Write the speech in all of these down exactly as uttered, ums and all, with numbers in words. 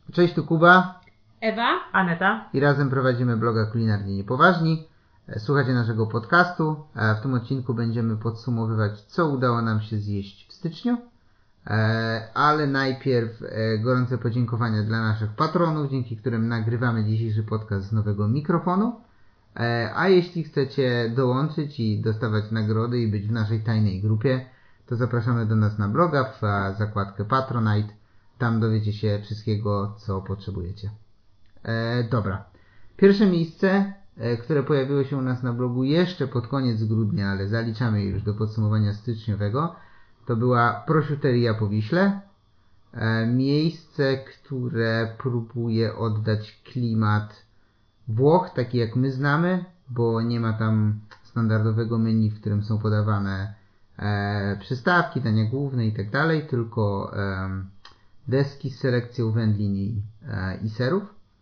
Cześć, tu Kuba, Ewa, Aneta i razem prowadzimy bloga Kulinarnie Niepoważni. Słuchajcie naszego podcastu. W tym odcinku będziemy podsumowywać, co udało nam się zjeść w styczniu. Ale najpierw gorące podziękowania dla naszych patronów, dzięki którym nagrywamy dzisiejszy podcast z nowego mikrofonu. A jeśli chcecie dołączyć i dostawać nagrody i być w naszej tajnej grupie, to zapraszamy do nas na bloga w zakładkę Patronite. Tam dowiecie się wszystkiego, co potrzebujecie. E, dobra. Pierwsze miejsce, e, które pojawiło się u nas na blogu jeszcze pod koniec grudnia, ale zaliczamy je już do podsumowania styczniowego, to była Prosciutteria po Wiśle. E, miejsce, które próbuje oddać klimat Włoch, taki jak my znamy, bo nie ma tam standardowego menu, w którym są podawane e, przystawki, dania główne i tak dalej, tylko e, deski z selekcją wędlin i, e, i serów.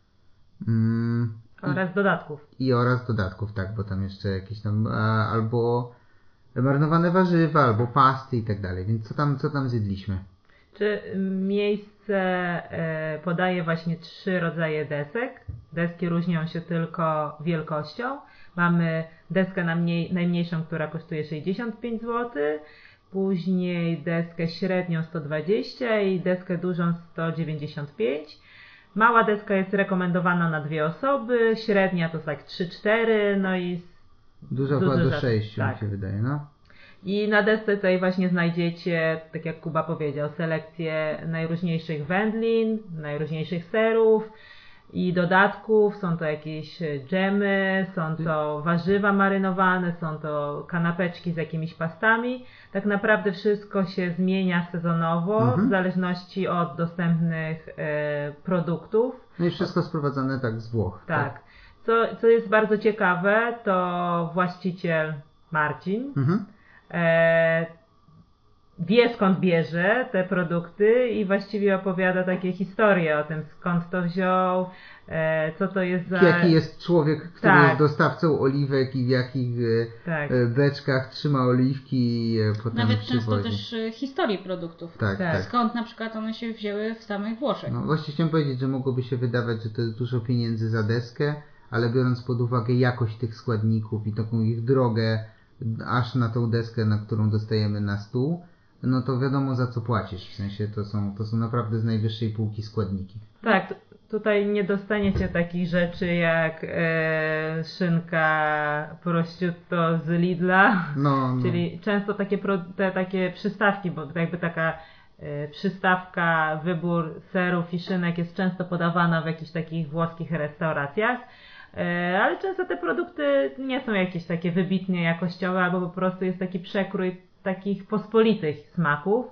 Mm, oraz i, dodatków. I oraz dodatków, tak, bo tam jeszcze jakieś tam e, albo marynowane warzywa, albo pasty i tak dalej. Więc co tam, co tam zjedliśmy? Czy miejsce e, podaje właśnie trzy rodzaje desek. Deski różnią się tylko wielkością. Mamy deskę na mniej, najmniejszą, która kosztuje sześćdziesiąt pięć złotych, później deskę średnią sto dwadzieścia i deskę dużą sto dziewięćdziesiąt pięć. Mała deska jest rekomendowana na dwie osoby, średnia to tak trzy cztery, no i duża chyba do sześciu, tak mi się wydaje, no. I na desce tutaj właśnie znajdziecie, tak jak Kuba powiedział, selekcję najróżniejszych wędlin, najróżniejszych serów i dodatków. Są to jakieś dżemy, są to warzywa marynowane, są to kanapeczki z jakimiś pastami. Tak naprawdę wszystko się zmienia sezonowo, mhm. w zależności od dostępnych e, produktów. No i wszystko sprowadzane tak z Włoch. Tak. tak. Co, co jest bardzo ciekawe, to właściciel Marcin mhm. e, wie, skąd bierze te produkty i właściwie opowiada takie historie o tym, skąd to wziął, e, co to jest za... Jaki jest człowiek, który tak. jest dostawcą oliwek i w jakich tak. beczkach trzyma oliwki i potem Nawet przywozi. często też historii produktów. Tak, tak. Skąd na przykład one się wzięły w samych Włoszech. No właśnie chciałem powiedzieć, że mogłoby się wydawać, że to jest dużo pieniędzy za deskę, ale biorąc pod uwagę jakość tych składników i taką ich drogę aż na tą deskę, na którą dostajemy na stół, no to wiadomo, za co płacisz. W sensie to są, to są naprawdę z najwyższej półki składniki. Tak, t- tutaj nie dostaniecie takich rzeczy jak e, szynka prosciutto z Lidla, no, no. czyli często takie, pro, te, takie przystawki, bo jakby taka e, przystawka, wybór serów i szynek jest często podawana w jakichś takich włoskich restauracjach. Ale często te produkty nie są jakieś takie wybitnie jakościowe, albo po prostu jest taki przekrój takich pospolitych smaków.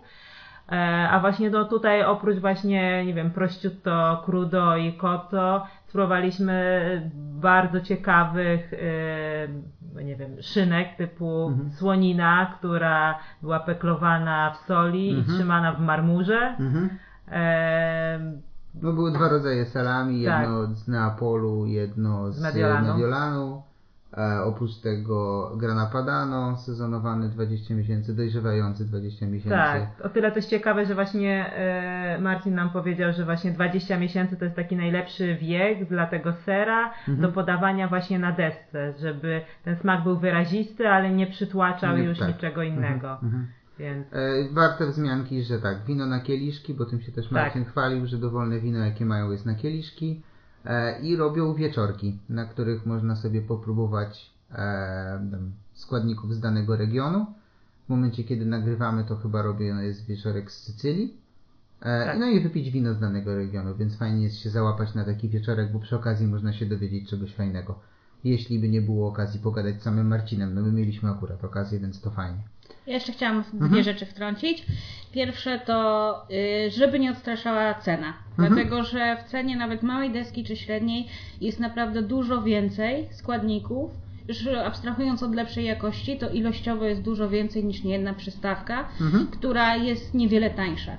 A właśnie no tutaj oprócz właśnie, nie wiem, prosciutto, crudo i cotto spróbowaliśmy bardzo ciekawych, nie wiem, szynek typu mhm. słonina, która była peklowana w soli mhm. i trzymana w marmurze. Mhm. E- No były dwa rodzaje salami, jedno tak. z Neapolu, jedno z Mediolanu. Mediolanu. E, oprócz tego Grana Padano, sezonowany dwadzieścia miesięcy, dojrzewający dwadzieścia miesięcy. Tak, o tyle też ciekawe, że właśnie e, Marcin nam powiedział, że właśnie dwadzieścia miesięcy to jest taki najlepszy wiek dla tego sera mhm. do podawania właśnie na desce, żeby ten smak był wyrazisty, ale nie przytłaczał nie, już tak. niczego innego. Mhm. Mhm. Więc... E, warte wzmianki, że tak, wino na kieliszki, bo tym się też Marcin tak. chwalił, że dowolne wino jakie mają jest na kieliszki e, i robią wieczorki, na których można sobie popróbować e, składników z danego regionu. W momencie kiedy nagrywamy to chyba robiony jest wieczorek z Sycylii e, tak. no i wypić wino z danego regionu, więc fajnie jest się załapać na taki wieczorek, bo przy okazji można się dowiedzieć czegoś fajnego. Jeśli by nie było okazji pogadać z samym Marcinem, no my mieliśmy akurat okazję, więc to fajnie. Ja jeszcze chciałam dwie mhm. rzeczy wtrącić. Pierwsze to, żeby nie odstraszała cena. Mhm. Dlatego, że w cenie nawet małej deski czy średniej jest naprawdę dużo więcej składników. Już abstrahując od lepszej jakości, to ilościowo jest dużo więcej niż niejedna przystawka, mhm. która jest niewiele tańsza.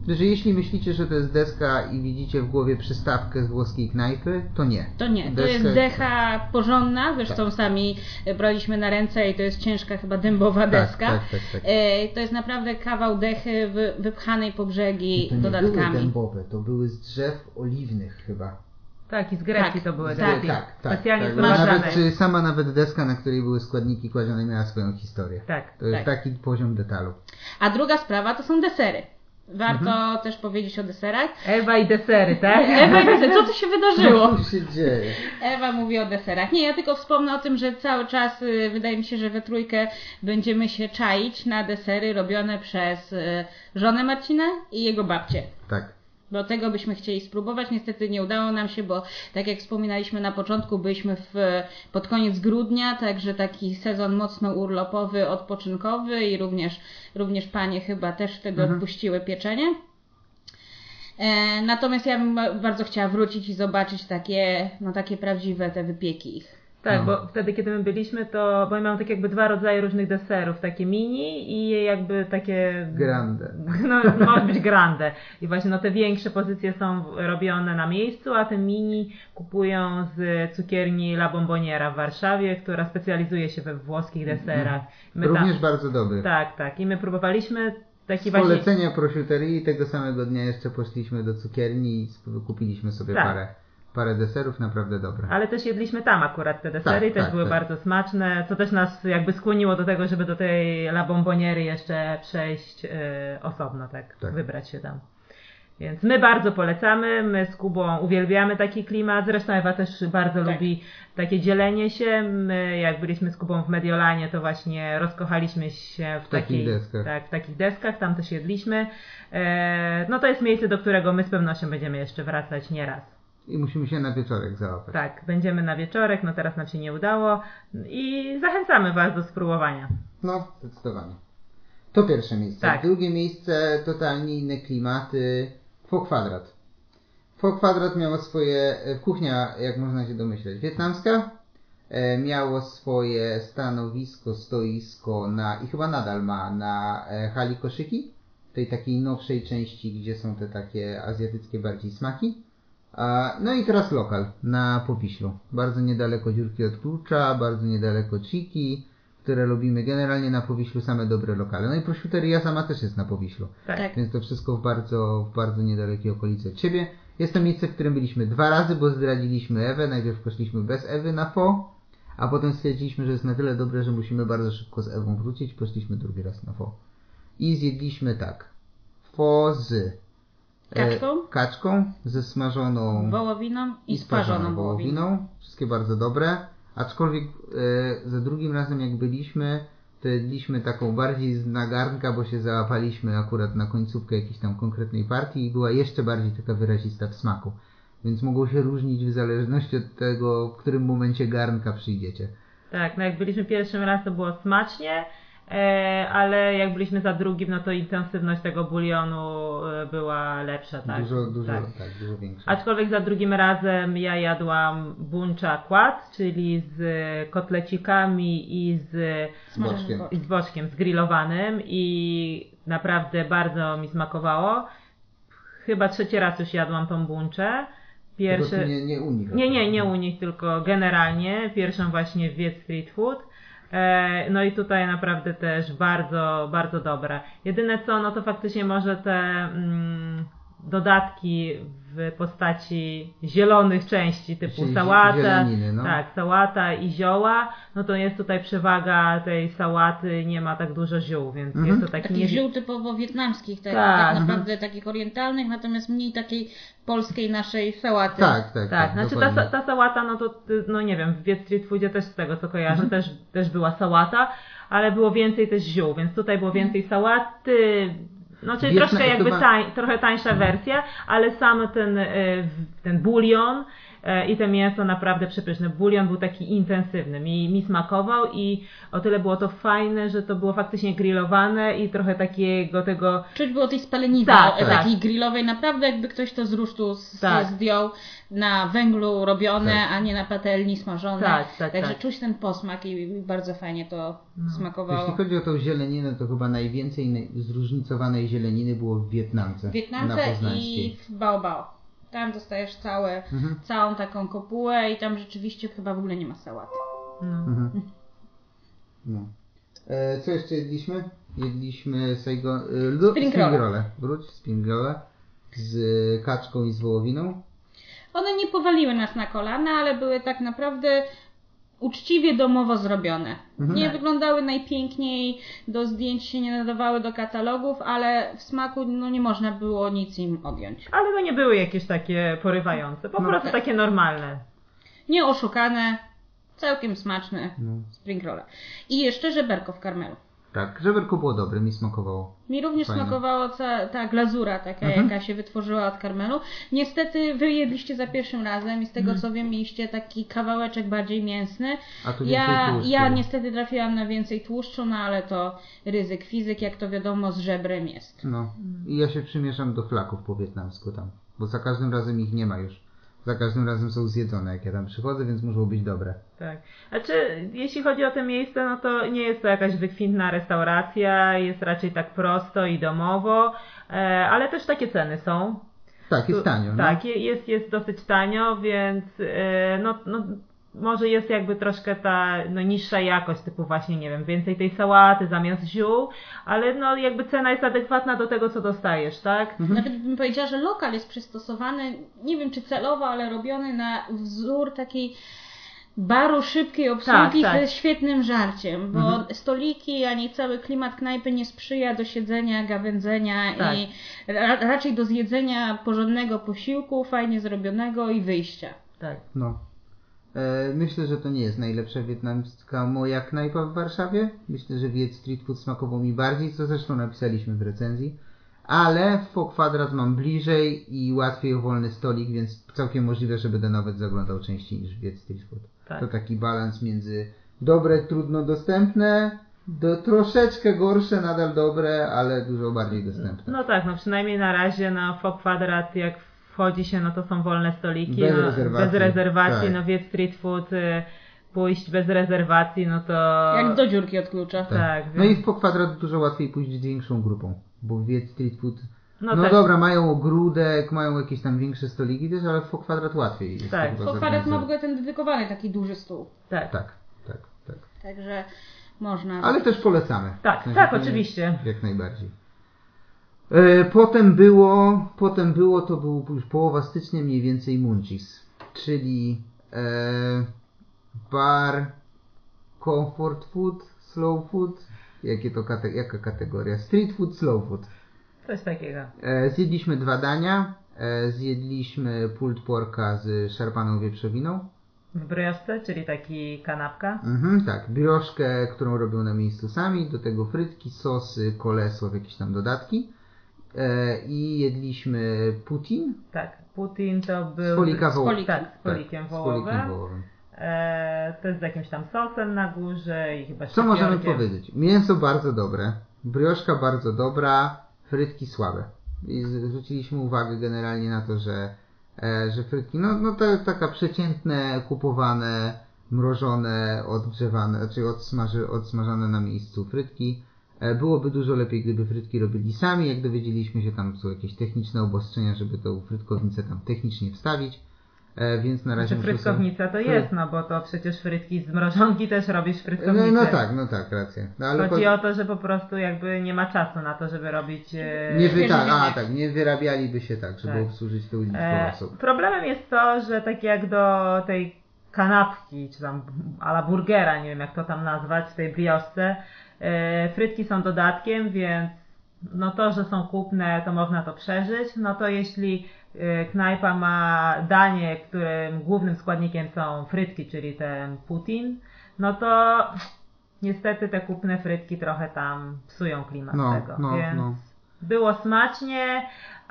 że jeśli myślicie, że to jest deska i widzicie w głowie przystawkę z włoskiej knajpy, to nie. To nie, to Deska... jest decha porządna, zresztą tak. sami braliśmy na ręce i to jest ciężka chyba dębowa deska. Tak, tak, tak, tak. To jest naprawdę kawał dechy wypchanej po brzegi to nie dodatkami. były dębowe, to były z drzew oliwnych chyba. Tak, i z Grecji tak, to były tak, deski. Tak, tak. Specjalnie tak, nawet, czy sama nawet deska, na której były składniki kładzione, miała swoją historię. Tak. To jest tak. taki poziom detalu. A druga sprawa to są desery. Warto mhm. też powiedzieć o deserach. Ewa i desery, tak? Ewa i desery, co tu się wydarzyło? Co się dzieje? Ewa mówi o deserach. Nie, ja tylko wspomnę o tym, że cały czas wydaje mi się, że we trójkę będziemy się czaić na desery robione przez żonę Marcina i jego babcię. Tak. Bo tego byśmy chcieli spróbować. Niestety nie udało nam się, bo tak jak wspominaliśmy na początku, byliśmy w, pod koniec grudnia, także taki sezon mocno urlopowy, odpoczynkowy i również, również panie chyba też wtedy mhm. odpuściły pieczenie. E, natomiast ja bym bardzo chciała wrócić i zobaczyć takie, no takie prawdziwe te wypieki ich. Tak, no. bo wtedy kiedy my byliśmy, to bo mamy tak jakby dwa rodzaje różnych deserów, takie mini i jakby takie... Grande. No, może być grande. I właśnie no te większe pozycje są robione na miejscu, a te mini kupują z cukierni La Bomboniera w Warszawie, która specjalizuje się we włoskich deserach. My Również tam... bardzo dobry. Tak, tak. I my próbowaliśmy taki z polecenia właśnie... prosciuterii tego samego dnia jeszcze poszliśmy do cukierni i kupiliśmy sobie tak. parę. Parę deserów naprawdę dobre. Ale też jedliśmy tam akurat te desery, tak, też tak, były tak. bardzo smaczne, co też nas jakby skłoniło do tego, żeby do tej La Bomboniery jeszcze przejść yy, osobno, tak, tak, wybrać się tam. Więc my bardzo polecamy, my z Kubą uwielbiamy taki klimat, zresztą Ewa też bardzo tak. lubi takie dzielenie się. My jak byliśmy z Kubą w Mediolanie, to właśnie rozkochaliśmy się w, w takiej, takich deskach. Tak, w takich deskach, tam też jedliśmy. E, no to jest miejsce, do którego my z pewnością będziemy jeszcze wracać nieraz. I musimy się na wieczorek załapać. Tak, będziemy na wieczorek, no teraz nam się nie udało i zachęcamy Was do spróbowania. No, zdecydowanie. To pierwsze miejsce. Tak. Drugie miejsce, totalnie inne klimaty. Pho Kwadrat. Pho Kwadrat miało swoje, kuchnia, jak można się domyśleć, wietnamska. E, miało swoje stanowisko, stoisko na, i chyba nadal ma, na e, hali koszyki. Tej takiej nowszej części, gdzie są te takie azjatyckie bardziej smaki. No i teraz lokal na Powiślu. Bardzo niedaleko Dziurki od Klucza, bardzo niedaleko Chiki, które lubimy. Generalnie na Powiślu same dobre lokale. No i prosciuteria sama też jest na Powiślu. Tak. Więc to wszystko w bardzo, w bardzo niedalekiej okolicy od siebie. Jest to miejsce, w którym byliśmy dwa razy, bo zdradziliśmy Ewę. Najpierw poszliśmy bez Ewy na Pho, a potem stwierdziliśmy, że jest na tyle dobre, że musimy bardzo szybko z Ewą wrócić. Poszliśmy drugi raz na Pho. I zjedliśmy tak. Pho z... Kaczką? Kaczką ze smażoną wołowiną i, i sparzoną wołowiną. wołowiną. Wszystkie bardzo dobre. Aczkolwiek e, za drugim razem jak byliśmy, to jedliśmy taką bardziej z nagarnka, bo się załapaliśmy akurat na końcówkę jakiejś tam konkretnej partii i była jeszcze bardziej taka wyrazista w smaku. Więc mogło się różnić w zależności od tego, w którym momencie garnka przyjdziecie. Tak, no jak byliśmy pierwszym raz, to było smacznie. Ale jak byliśmy za drugim, no to intensywność tego bulionu była lepsza, tak? Dużo, dużo, tak. tak, dużo większa. Aczkolwiek za drugim razem ja jadłam buncia quad, czyli z kotlecikami i z, z, boczkiem. i z boczkiem zgrillowanym i naprawdę bardzo mi smakowało. Chyba trzeci raz już jadłam tą bunczę. Pierwszy... Nie, nie u nich. Nie, nie, nie u nich, tylko generalnie. Pierwszą właśnie w Wiet Street Food. No i tutaj naprawdę też bardzo, bardzo dobre. Jedyne co, no to faktycznie może te mm, dodatki w postaci zielonych części typu Czyli sałata, zieleniny, no. tak, sałata i zioła, no to jest tutaj przewaga tej sałaty, nie ma tak dużo ziół, więc mhm. jest to taki... Takich nie... ziół typowo wietnamskich, tak, tak, tak naprawdę mhm. takich orientalnych, natomiast mniej takiej polskiej naszej sałaty. Tak, tak, tak. Tak, znaczy ta, ta sałata, no to, no nie wiem, w Wiet Street Foodzie też z tego co kojarzę, mhm. też, też była sałata, ale było więcej też ziół, więc tutaj było więcej sałaty, no czyli Wietna, troszkę jakby chyba... tań, trochę tańsza wersja, ale sam ten, ten bulion i te mięso naprawdę przepyszne. Bulion był taki intensywny, mi, mi smakował i o tyle było to fajne, że to było faktycznie grillowane i trochę takiego tego... Czuć było tej spalenizny tak, tak, takiej tak. grillowej, naprawdę jakby ktoś to z rusztu z, tak. zdjął, na węglu robione, tak. a nie na patelni smażone. Tak, tak, Także tak. czuć ten posmak i bardzo fajnie to no. smakowało. Jeśli chodzi o tą zieleninę, to chyba najwięcej zróżnicowanej zieleniny było w Wietnamce. W Wietnamce i w Baobao. Tam dostajesz całe, mhm. całą taką kopułę i tam rzeczywiście chyba w ogóle nie ma sałaty. No. Mhm. no. E, co jeszcze jedliśmy? Jedliśmy saigo, e, springrolle. Wróć, springrolle z kaczką i z wołowiną. One nie powaliły nas na kolana, ale były tak naprawdę uczciwie domowo zrobione. Mhm. Nie wyglądały najpiękniej, do zdjęć się nie nadawały do katalogów, ale w smaku no, nie można było nic im odjąć. Ale no nie były jakieś takie porywające, po no, prostu tak. takie normalne. Nie oszukane, całkiem smaczne no. springrolle. I jeszcze żeberko w karmelu. Tak, żeberko było dobre, mi smakowało. Mi również Fajne. smakowała ta, ta glazura taka, mhm. jaka się wytworzyła od karmelu. Niestety wy jedliście za pierwszym razem i z tego mhm. co wiem mieliście taki kawałeczek bardziej mięsny. A tu ja, tłuszczu. ja niestety trafiłam na więcej tłuszczu, no ale to ryzyk fizyk, jak to wiadomo z żebrem jest. No i ja się przymieszam do flaków po wietnamsku tam, bo za każdym razem ich nie ma już. Za każdym razem są zjedzone, jak ja tam przychodzę, więc muszą być dobre. Tak. Znaczy, jeśli chodzi o te miejsce, no to nie jest to jakaś wykwintna restauracja, jest raczej tak prosto i domowo, e, ale też takie ceny są. Tak, jest tanio. Tu, no. Tak, jest, jest dosyć tanio, więc e, no, no może jest jakby troszkę ta no, niższa jakość, typu właśnie, nie wiem, więcej tej sałaty zamiast ziół, ale no jakby cena jest adekwatna do tego, co dostajesz, tak? Mhm. Nawet bym powiedziała, że lokal jest przystosowany, nie wiem czy celowo, ale robiony na wzór takiej baru szybkiej obsługi tak, tak. ze świetnym żarciem, bo mhm. stoliki, ani cały klimat knajpy nie sprzyja do siedzenia, gawędzenia tak. i ra- raczej do zjedzenia porządnego posiłku, fajnie zrobionego i wyjścia. Tak. No. Myślę, że to nie jest najlepsza wietnamska moja knajpa w Warszawie. Myślę, że Viet Street Food smakował mi bardziej, co zresztą napisaliśmy w recenzji. Ale w Faux Quadrat mam bliżej i łatwiej o wolny stolik, więc całkiem możliwe, że będę nawet zaglądał częściej niż Viet Street Food. Tak. To taki balans między dobre, trudno dostępne, do troszeczkę gorsze, nadal dobre, ale dużo bardziej dostępne. No tak, no przynajmniej na razie na Faux Quadrat jak wchodzi się, no to są wolne stoliki, bez no, rezerwacji, bez rezerwacji tak. no Viet Street Food, y, pójść bez rezerwacji, no to... Jak do dziurki od klucza. Tak. tak no więc... i w Faux Quadrat dużo łatwiej pójść z większą grupą, bo w Viet Street Food, no, no też... dobra, mają ogródek, mają jakieś tam większe stoliki też, ale w Faux Quadrat łatwiej jest. Tak, Faux Quadrat ma w ogóle ten dedykowany taki duży stół. Tak, tak, tak. tak. Także można... Ale też polecamy. Tak, w sensie tak, oczywiście. Jak najbardziej. Potem było, potem było, to był już połowa stycznia mniej więcej Munchies, czyli e, bar comfort food, slow food, jakie to kate, jaka kategoria? Street food, slow food. Coś takiego. E, zjedliśmy dwa dania, e, zjedliśmy pulled porka z szarpaną wieprzowiną. W brioszce, czyli taki kanapka. Mhm, tak, brioszkę, którą robią na miejscu sami, do tego frytki, sosy, koleso, jakieś tam dodatki. I jedliśmy putin. Tak, putin to był... Z polika woł... z polikiem. Tak, z polikiem tak, wołowym. Z polikiem wołowym. E, to jest z jakimś tam sosem na górze i chyba Co możemy powiedzieć? Mięso bardzo dobre, brioszka bardzo dobra, frytki słabe. I zwróciliśmy uwagę generalnie na to, że, e, że frytki, no, no to taka przeciętne, kupowane, mrożone, odgrzewane, znaczy odsmaży, odsmażane na miejscu frytki. Byłoby dużo lepiej, gdyby frytki robili sami. Jak dowiedzieliśmy się, tam są jakieś techniczne obostrzenia, żeby tą frytkownicę tam technicznie wstawić. E, więc na razie... Znaczy frytkownica to jest, no bo to przecież frytki z mrożonki też robisz frytkownicę. No, no tak, no tak, racja. No, ale Chodzi po... o to, że po prostu jakby nie ma czasu na to, żeby robić... E... Nie wy... tak, a, tak, nie wyrabialiby się tak, żeby tak. obsłużyć tą liczbę e, osób. Problemem jest to, że tak jak do tej kanapki, czy tam a la burgera, nie wiem jak to tam nazwać, w tej brioszce, e, frytki są dodatkiem, więc no to, że są kupne, to można to przeżyć. No to jeśli e, knajpa ma danie, którym głównym składnikiem są frytki, czyli ten putin, no to niestety te kupne frytki trochę tam psują klimat no, tego, no, więc no. było smacznie,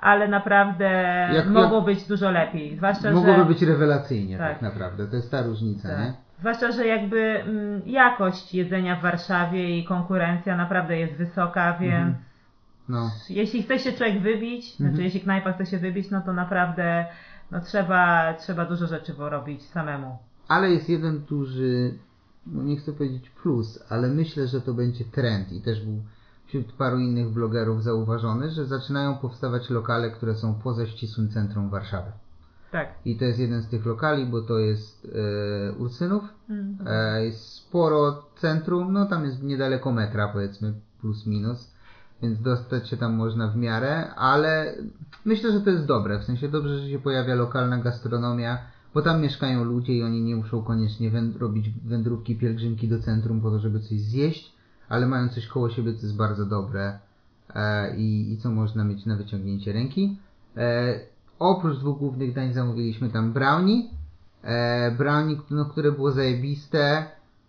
ale naprawdę jak, mogło jak... być dużo lepiej. Zwłaszcza, Mogłoby że... być rewelacyjnie tak. tak naprawdę, to jest ta różnica, tak. nie? Zwłaszcza, że jakby m, jakość jedzenia w Warszawie i konkurencja naprawdę jest wysoka, więc mhm. no. jeśli chce się człowiek wybić, mhm. znaczy jeśli knajpa chce się wybić, no to naprawdę no, trzeba, trzeba dużo rzeczy robić samemu. Ale jest jeden duży, no nie chcę powiedzieć plus, ale myślę, że to będzie trend i też był wśród paru innych blogerów zauważony, że zaczynają powstawać lokale, które są poza ścisłym centrum Warszawy. Tak. I to jest jeden z tych lokali, bo to jest e, Ursynów. Mm. E, jest sporo centrum, no tam jest niedaleko metra powiedzmy, plus minus, więc dostać się tam można w miarę, ale myślę, że to jest dobre, w sensie dobrze, że się pojawia lokalna gastronomia, bo tam mieszkają ludzie i oni nie muszą koniecznie węd- robić wędrówki, pielgrzymki do centrum po to, żeby coś zjeść, ale mają coś koło siebie, co jest bardzo dobre e, i, i co można mieć na wyciągnięcie ręki. E, oprócz dwóch głównych dań zamówiliśmy tam brownie, e, brownie, no, które było zajebiste.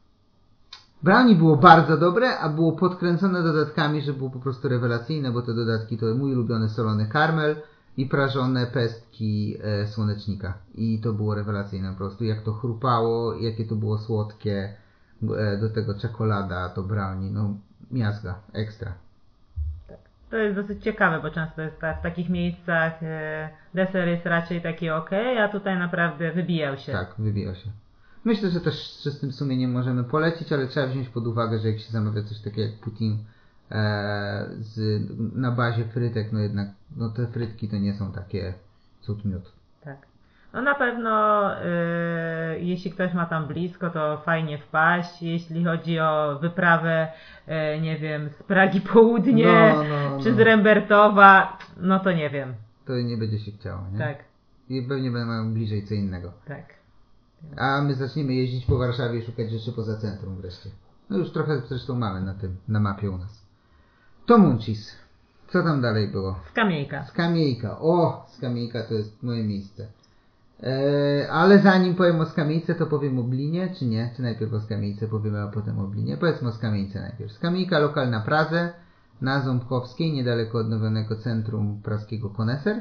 Brownie było bardzo dobre, a było podkręcone dodatkami, że było po prostu rewelacyjne, bo te dodatki to mój ulubiony solony karmel i prażone pestki e, słonecznika. I to było rewelacyjne po prostu, jak to chrupało, jakie to było słodkie. Do tego czekolada, to brownie, no miazga, ekstra. Tak. To jest dosyć ciekawe, bo często jest tak, w takich miejscach e, deser jest raczej taki ok, a tutaj naprawdę wybijał się. Tak, wybijał się. Myślę, że też z czystym sumieniem możemy polecić, ale trzeba wziąć pod uwagę, że jak się zamawia coś takiego jak poutine e, z, na bazie frytek, no jednak no te frytki to nie są takie cud miód. Tak. No na pewno yy, jeśli ktoś ma tam blisko, to fajnie wpaść. Jeśli chodzi o wyprawę, yy, nie wiem, z Pragi Południe, no, no, czy no. z Rembertowa, no to nie wiem. To nie będzie się chciało, nie? Tak. I pewnie będą mają bliżej co innego. Tak. A my zaczniemy jeździć po Warszawie i szukać rzeczy poza centrum wreszcie. No już trochę zresztą mamy na tym, na mapie u nas. To Munchies. Co tam dalej było? Skamieńka. Skamieńka. O, Skamieńka to jest moje miejsce. Eee, ale zanim powiem o Skamiejce, to powiem o Blinie, czy nie? Czy najpierw o Skamiejce powiemy, a potem o Blinie? Powiedzmy o Skamieńce najpierw. Skamieńka lokal na Pradze, na Ząbkowskiej, niedaleko odnowionego centrum praskiego Koneser,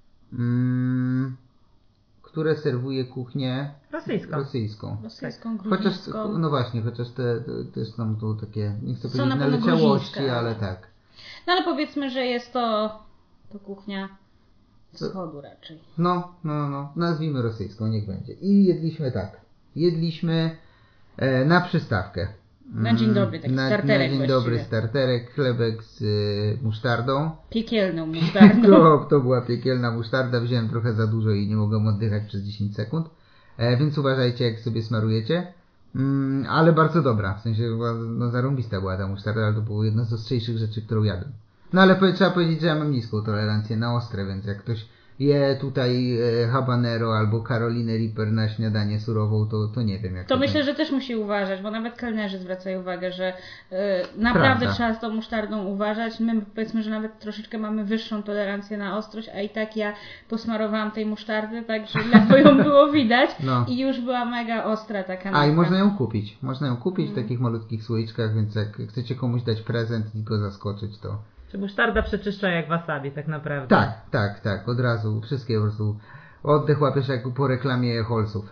mm, które serwuje kuchnię rosyjską. Rosyjską, rosyjską chociaż, no właśnie, chociaż te, te, też są tu takie, nie chcę powiedzieć na naleciałości, ale tak. No ale powiedzmy, że jest to, to kuchnia wschodu raczej. No, no, no, nazwijmy rosyjską, niech będzie. I jedliśmy tak. Jedliśmy e, na przystawkę. Na dzień dobry, taki na, starterek Na dzień właściwie. dobry starterek, chlebek z y, musztardą. Piekielną musztardą. to, to była piekielna musztarda, wziąłem trochę za dużo i nie mogłem oddychać przez dziesięć sekund. E, więc uważajcie, jak sobie smarujecie. Mm, ale bardzo dobra, w sensie była, no zarąbista była ta musztarda, ale to było jedno z ostrzejszych rzeczy, którą jadłem. No ale trzeba powiedzieć, że ja mam niską tolerancję na ostre, więc jak ktoś je tutaj e, habanero albo Carolinę Reaper na śniadanie surową, to, to nie wiem jak to to myślę, ten... że też musi uważać, bo nawet kelnerzy zwracają uwagę, że e, naprawdę Prawda. trzeba z tą musztardą uważać. My powiedzmy, że nawet troszeczkę mamy wyższą tolerancję na ostrość, a i tak ja posmarowałam tej musztardy, tak że ledwo ją było widać no. I już była mega ostra taka. A i można ją kupić, można ją kupić mm. w takich malutkich słoiczkach, więc jak chcecie komuś dać prezent i go zaskoczyć, to czy musztarda przeczyszcza jak wasabi tak naprawdę. Tak, tak, tak, od razu, wszystkie po prostu oddech łapiesz jak po reklamie Holsów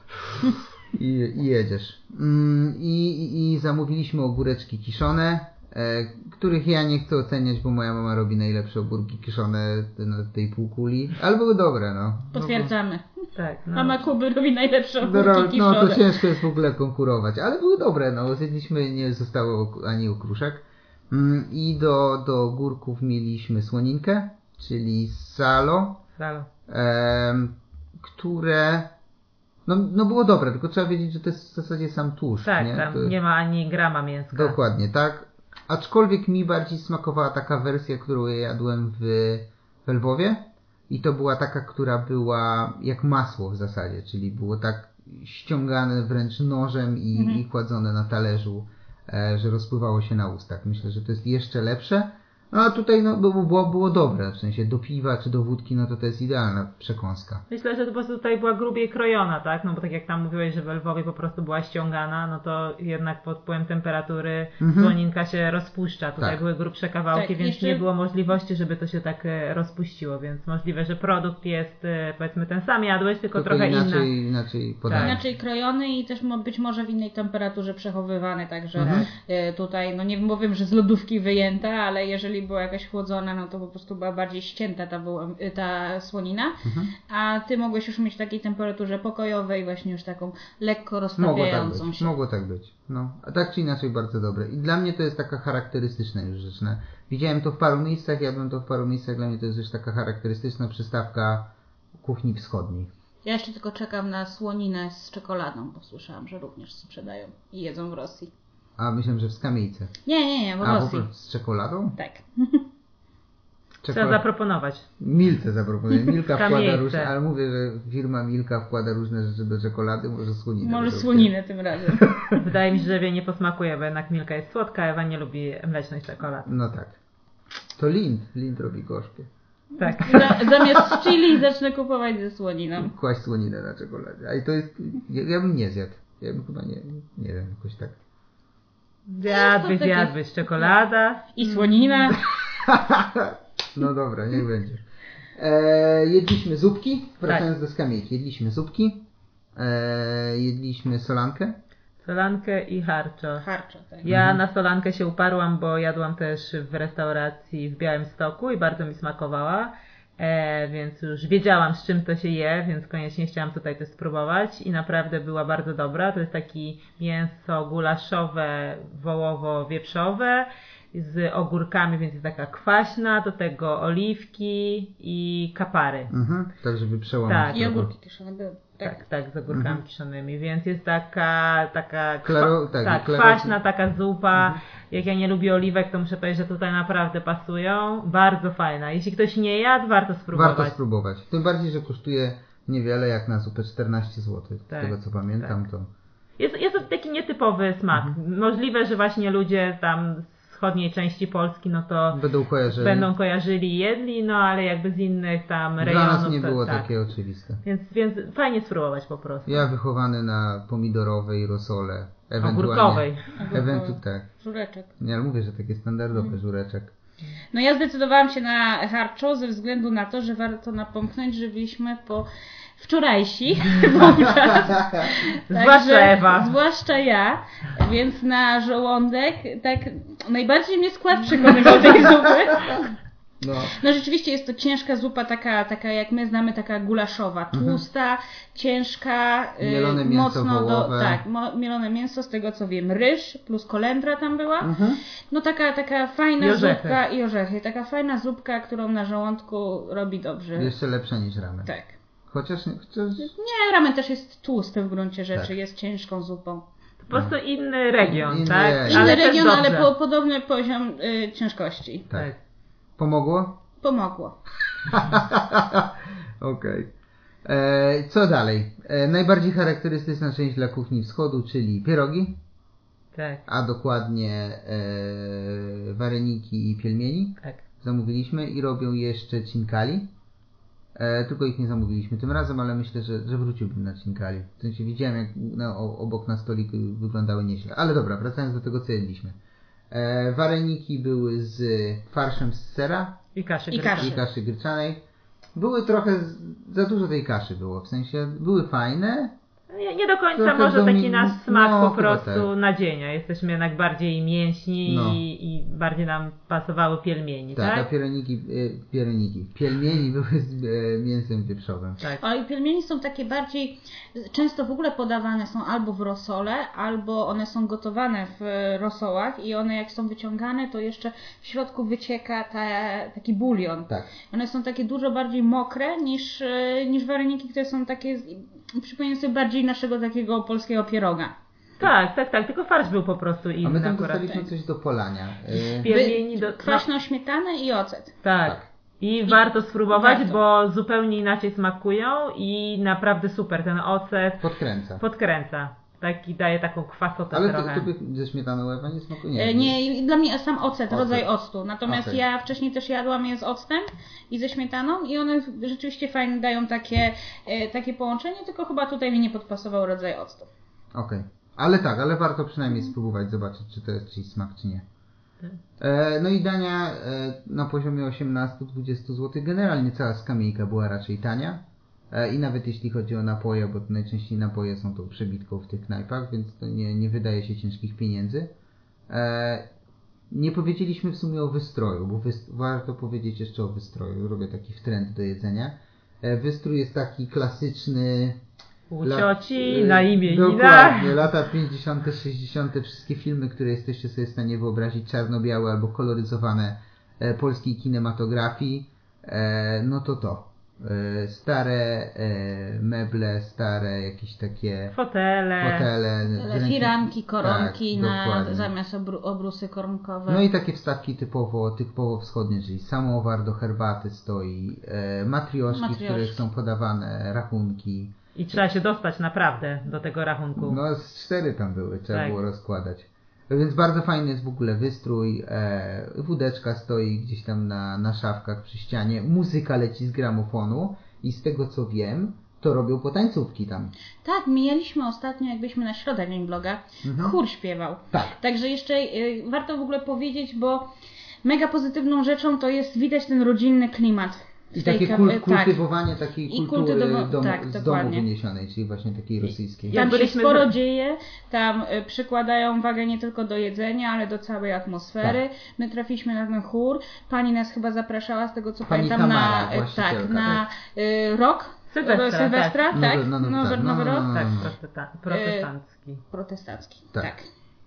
i, i jedziesz. Mm, i, i, I zamówiliśmy ogóreczki kiszone, e, których ja nie chcę oceniać, bo moja mama robi najlepsze ogórki kiszone na tej półkuli, ale były dobre, no. Potwierdzamy. No, bo... tak, no. Mama Kuby robi najlepsze ogórki no, kiszone. No to ciężko jest w ogóle konkurować, ale były dobre, no. Zjedliśmy, nie zostało ani okruszek. I do, do ogórków mieliśmy słoninkę, czyli salo, salo. E, które no, no było dobre, tylko trzeba wiedzieć, że to jest w zasadzie sam tłuszcz. Tak, nie? tam to... nie ma ani grama mięska. Dokładnie, tak. Aczkolwiek mi bardziej smakowała taka wersja, którą ja jadłem w, w Lwowie i to była taka, która była jak masło w zasadzie, czyli było tak ściągane wręcz nożem i, mhm. i kładzone na talerzu, że rozpływało się na ustach. Myślę, że to jest jeszcze lepsze, No a tutaj no, było, było dobre, w sensie do piwa czy do wódki, no to to jest idealna przekąska. Myślę, że to po prostu tutaj była grubiej krojona, tak? No bo tak jak tam mówiłeś, że w Lwowie po prostu była ściągana, no to jednak pod wpływem temperatury Mhm. słoninka się rozpuszcza. Tutaj Tak. były grubsze kawałki, Tak, więc jeszcze- nie było możliwości, żeby to się tak e, rozpuściło, więc możliwe, że produkt jest e, powiedzmy ten sam jadłeś, tylko, Tylko trochę inaczej, inna. inaczej podane. Inaczej krojony i też mo- być może w innej temperaturze przechowywany, także Mhm. e, tutaj, no nie powiem, że z lodówki wyjęta, ale jeżeli była jakaś chłodzona, no to po prostu była bardziej ścięta ta, woła- y, ta słonina, Mhm. a ty mogłeś już mieć w takiej temperaturze pokojowej, właśnie już taką lekko Mogło tak roztapiającą być, się. mogło tak być. No, a tak czy inaczej bardzo dobre. I dla mnie to jest taka charakterystyczna już rzecz. No. Widziałem to w paru miejscach, jadłem to w paru miejscach, dla mnie to jest już taka charakterystyczna przystawka kuchni wschodniej. Ja jeszcze tylko czekam na słoninę z czekoladą, bo słyszałam, że również sprzedają i jedzą w Rosji. A myślałem, że w skamieńce. Nie, nie, nie, w A w Rosji. ogóle z czekoladą? Tak. Trzeba Czekolad- zaproponować. Milce zaproponuję. Milka wkłada Kamieńce. różne, ale mówię, że firma Milka wkłada różne rzeczy do czekolady, może słoninę. Może będą słoninę tym razem. Wydaje mi się, że Ewie nie posmakuje, bo jednak Milka jest słodka, a Ewa nie lubi mlecznej czekolady. chcieli. No tak. To Lind. Lind robi gorzkie. Tak. Za, zamiast chili zacznę kupować ze słoniną. Kłaść słoninę na czekoladzie. A i to jest... Ja, ja bym nie zjadł. Ja bym chyba nie... Nie wiem, jakoś tak. Zjadłbyś, takie- zjadłbyś. Czekolada. I słonina. No dobra, niech będzie. E, jedliśmy zupki, wracając Tak. do skamieńki. Jedliśmy zupki, e, jedliśmy solankę. Solankę i harczo. Harczo, tak. Ja Mhm. na solankę się uparłam, bo jadłam też w restauracji w Białymstoku i bardzo mi smakowała, e, więc już wiedziałam, z czym to się je, więc koniecznie chciałam tutaj też spróbować i naprawdę była bardzo dobra. To jest taki mięso gulaszowe, wołowo-wieprzowe z ogórkami, więc jest taka kwaśna, do tego oliwki i kapary. Mhm. Tak, żeby przełamać. Tak. I trochę. ogórki kiszone były. Tak. Tak, tak, z ogórkami Mhm. kiszonymi, więc jest taka, taka Klaro- kwa- tak, tak, klaro- kwaśna taka zupa. Jak ja nie lubię oliwek, to muszę powiedzieć, że tutaj naprawdę pasują. Bardzo fajna. Jeśli ktoś nie jadł, warto spróbować. Warto spróbować. Tym bardziej, że kosztuje niewiele, jak na zupę czternaście złotych. Z Tak, tego co pamiętam, tak. to... Jest, jest to taki nietypowy smak. Mhm. Możliwe, że właśnie ludzie tam z wschodniej części Polski, no to Będą kojarzyli. będą kojarzyli i jedli, no ale jakby z innych tam Dla rejonów. nas nie to, było tak. takie oczywiste. Więc, więc fajnie spróbować po prostu. Ja wychowany na pomidorowej rosole. Ogórkowej. Ewentu, tak. Żureczek. Nie, ale mówię, że takie standardowe Mhm. żureczek. No ja zdecydowałam się na harczo ze względu na to, że warto napomknąć, że byliśmy po wczorajsi wówczas. Zwłaszcza Ewa. Zwłaszcza ja, więc na żołądek tak najbardziej mnie skład przekonywał tej zupy. No. No rzeczywiście jest to ciężka zupa, taka, taka jak my znamy, taka gulaszowa, tłusta, ciężka, y, Mielone mięso mocno do, wołowe. tak, mo, mielone mięso, z tego co wiem, ryż plus kolendra tam była. Mhm. No taka, taka fajna I orzechy. zupka i orzechy, taka fajna zupka, którą na żołądku robi dobrze. Jeszcze lepsza niż ramen. Tak. Chociaż, chociaż Nie, ramen też jest tłusty w gruncie rzeczy, Tak. jest ciężką zupą. Po prostu inny region, Inny tak? region. Inny Ale też region, ale dobrze. po, podobny poziom y, ciężkości. tak. Tak. Pomogło? Pomogło. Okej. E, Co dalej? E, najbardziej charakterystyczna część dla kuchni wschodu, czyli pierogi, Tak, a dokładnie e, wareniki i pielmieni. tak. Zamówiliśmy i robią jeszcze cinkali. E, tylko ich nie zamówiliśmy tym razem, ale myślę, że, że wróciłbym na cinkali. W sensie widziałem, jak na, o, obok na stoliku wyglądały nieźle. Ale dobra, wracając do tego, co jedliśmy. E, wareniki były z farszem z sera I kaszy I gryczanej. kaszy. i kaszy gryczanej. Były trochę, z, za dużo tej kaszy było, w sensie były fajne. Nie, nie do końca Trochę może domi- taki nasz smak no, po chyba prostu tak. nadzienia. Jesteśmy jednak bardziej mięśni No. i, i bardziej nam pasowały pielmieni, Tak, tak? a pieroniki, e, pieroniki, pielmieni były z e, mięsem wieprzowym. Tak. Ale pielmieni są takie bardziej, często w ogóle podawane są albo w rosole, albo one są gotowane w rosołach i one jak są wyciągane, to jeszcze w środku wycieka ta, taki bulion. Tak. One są takie dużo bardziej mokre niż, e, niż wareniki, które są takie, przypominają sobie bardziej naszego takiego polskiego pieroga. tak, tak, tak, tylko farsz był po prostu A my inny tam akurat. dostaliśmy coś do polania. E, Pielmieni do... Kwaśną śmietanę i ocet. Tak. Tak. I, warto spróbować, warto. bo zupełnie inaczej smakują i naprawdę super. Ten ocet podkręca. podkręca. taki daje taką kwasotę Ale trochę. to, to by ze śmietaną Ewa nie smakuje. Nie, nie, dla mnie sam ocet, Ocet. rodzaj octu. Natomiast Okay. ja wcześniej też jadłam je z octem i ze śmietaną i one rzeczywiście fajnie dają takie, takie połączenie, tylko chyba tutaj mi nie podpasował rodzaj octu. Okej. Okay. Ale tak, ale warto przynajmniej spróbować, zobaczyć, czy to jest czyjś smak, czy nie. E, no i dania e, na poziomie osiemnaście do dwudziestu złotych. Generalnie cała skamieńka była raczej tania. E, I nawet jeśli chodzi o napoje, bo najczęściej napoje są tą przebitką w tych knajpach, więc to nie, nie wydaje się ciężkich pieniędzy. E, nie powiedzieliśmy w sumie o wystroju, bo wyst- warto powiedzieć jeszcze o wystroju. Robię taki trend do jedzenia. E, wystrój jest taki klasyczny... U cioci, La, na imieninach. Dokładnie, lata pięćdziesiąte, sześćdziesiąte, wszystkie filmy, które jesteście sobie w stanie wyobrazić, czarno-białe albo koloryzowane e, polskiej kinematografii, e, no to to. E, stare e, meble, stare jakieś takie fotele, fotele Tyle firanki, koronki tak, na, dokładnie. zamiast obru, obrusy koronkowe. No i takie wstawki typowo, typowo wschodnie, czyli samowar do herbaty stoi, e, matrioszki, Matrioszki. w których są podawane rachunki. I trzeba się dostać naprawdę do tego rachunku. No z cztery tam były, trzeba Tak. było rozkładać. Więc bardzo fajny jest w ogóle wystrój, e, wódeczka stoi gdzieś tam na, na szafkach przy ścianie, muzyka leci z gramofonu i z tego co wiem, to robią potańcówki tam. Tak, mijaliśmy ostatnio, jak byliśmy na środę Dzień Bloga, Mhm. chór śpiewał. Tak. Także jeszcze y, warto w ogóle powiedzieć, bo mega pozytywną rzeczą to jest widać ten rodzinny klimat. I w tej takie ka- kul- tak. kultywowanie takiej I kultury kultywowa- domu, tak, z domu dokładnie. wyniesionej, czyli właśnie takiej rosyjskiej. Jak Tam się byliśmy sporo z- dzieje, tam y, przykładają wagę nie tylko do jedzenia, ale do całej atmosfery. Tak. My trafiliśmy na ten chór, pani nas chyba zapraszała, z tego co Pani pamiętam, Tamara, na, y, właścicielka, tak, na y, rok Sylwestra, Sylwestra, tak. tak, Nowy- no, no, nowy, tak, no, nowy no, rok, no, no. Tak, Mm. protesta- protestancki. protestancki, Tak. tak.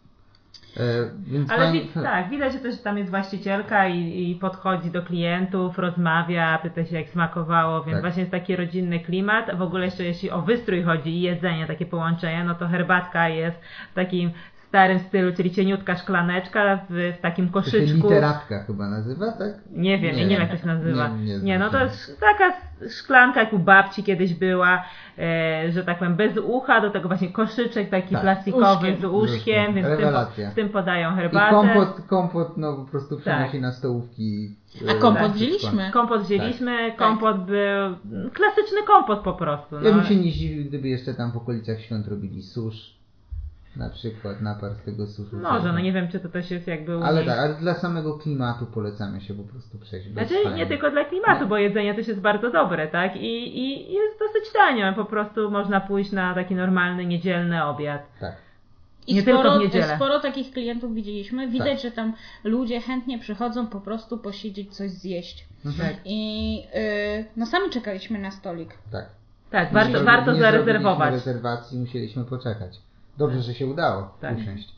E, więc Ale fajnie, wi- tak, widać, że też tam jest właścicielka i, i podchodzi do klientów, rozmawia, pyta się jak smakowało, więc Tak. właśnie jest taki rodzinny klimat. W ogóle jeszcze jeśli o wystrój chodzi i jedzenie, takie połączenie, no to herbatka jest w takim starym stylu, czyli cieniutka szklaneczka w, w takim to się koszyczku. literatka chyba nazywa, tak? Nie wiem, nie, nie wiem jak to się nazywa. Nie, nie, Nie, no to znam. jest taka s- szklanka jak u babci kiedyś była, e, że tak powiem bez ucha, do tego właśnie koszyczek taki Tak. plastikowy Uszkiem. z uszkiem, więc w tym, Rewelacja. w tym podają I herbatę. kompot, kompot no po prostu przenosi Tak. na stołówki. A e, kompot tak, wzięliśmy. Kompot wzięliśmy, kompot był klasyczny kompot po prostu. No. Ja bym się nie zdziwił, gdyby jeszcze tam w okolicach świąt robili susz. Na przykład napar z tego suszu. Może, no nie wiem czy to też jest jakby u Ale nich. tak, ale dla samego klimatu polecamy się po prostu przejść. bez Znaczy fajnie. nie tylko dla klimatu, bo jedzenie też jest bardzo dobre, tak? I, i jest dosyć tanio, po prostu można pójść na taki normalny niedzielny obiad. Tak. I Nie sporo, tylko w niedzielę. sporo takich klientów widzieliśmy. Widać, Tak. że tam ludzie chętnie przychodzą po prostu posiedzieć, coś zjeść. Mhm. I yy, no sami czekaliśmy na stolik. Tak. Tak, Nie warto, zrobi- warto nie zarezerwować. zrobiliśmy rezerwacji, musieliśmy poczekać. Dobrze, że się udało Tak. usiąść.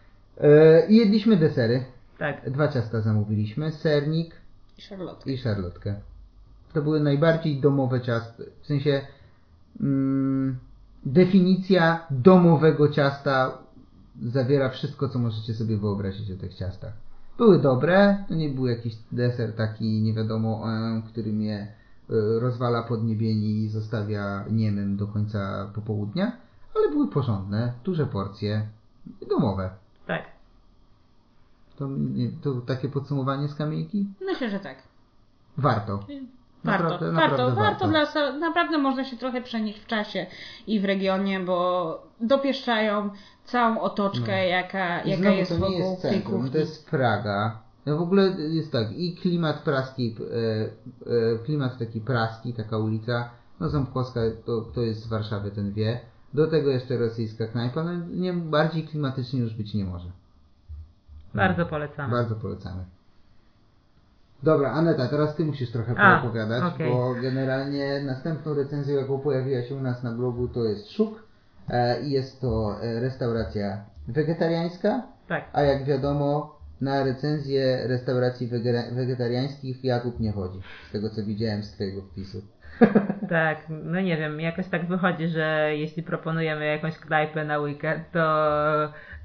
E, I jedliśmy desery. Tak. Dwa ciasta zamówiliśmy, sernik I szarlotkę. i szarlotkę. To były najbardziej domowe ciasta, w sensie mm, definicja domowego ciasta zawiera wszystko, co możecie sobie wyobrazić o tych ciastach. Były dobre, to nie był jakiś deser taki nie wiadomo, e, który mnie e, rozwala podniebieni i zostawia niemym do końca popołudnia, ale były porządne, duże porcje, domowe. Tak. To, nie, to takie podsumowanie z kamienki? Myślę, że tak. Warto. Warto, Naprawdę, warto, naprawdę warto. warto. Dla, sa- naprawdę można się trochę przenieść w czasie i w regionie, bo dopieszczają całą otoczkę, No. jaka, I jaka znowu jest to nie wokół jest tej centrum, kuchni. to jest Praga. No w ogóle jest tak, i klimat praski, e, e, klimat taki praski, taka ulica, no Ząbkowska, to kto jest z Warszawy, ten wie. Do tego jeszcze rosyjska knajpa, no nie, bardziej klimatycznie już być nie może. Bardzo polecamy. Bardzo polecamy. Dobra, Aneta, teraz ty musisz trochę A, poopowiadać, okej. bo generalnie następną recenzją, jaką pojawiła się u nas na blogu, to jest Szuk e, i jest to e, restauracja wegetariańska, Tak. a jak wiadomo, na recenzję restauracji wege- wegetariańskich Jakub nie chodzi, z tego co widziałem z twojego wpisu. Tak, no nie wiem, jakoś tak wychodzi, że jeśli proponujemy jakąś knajpę na weekend, to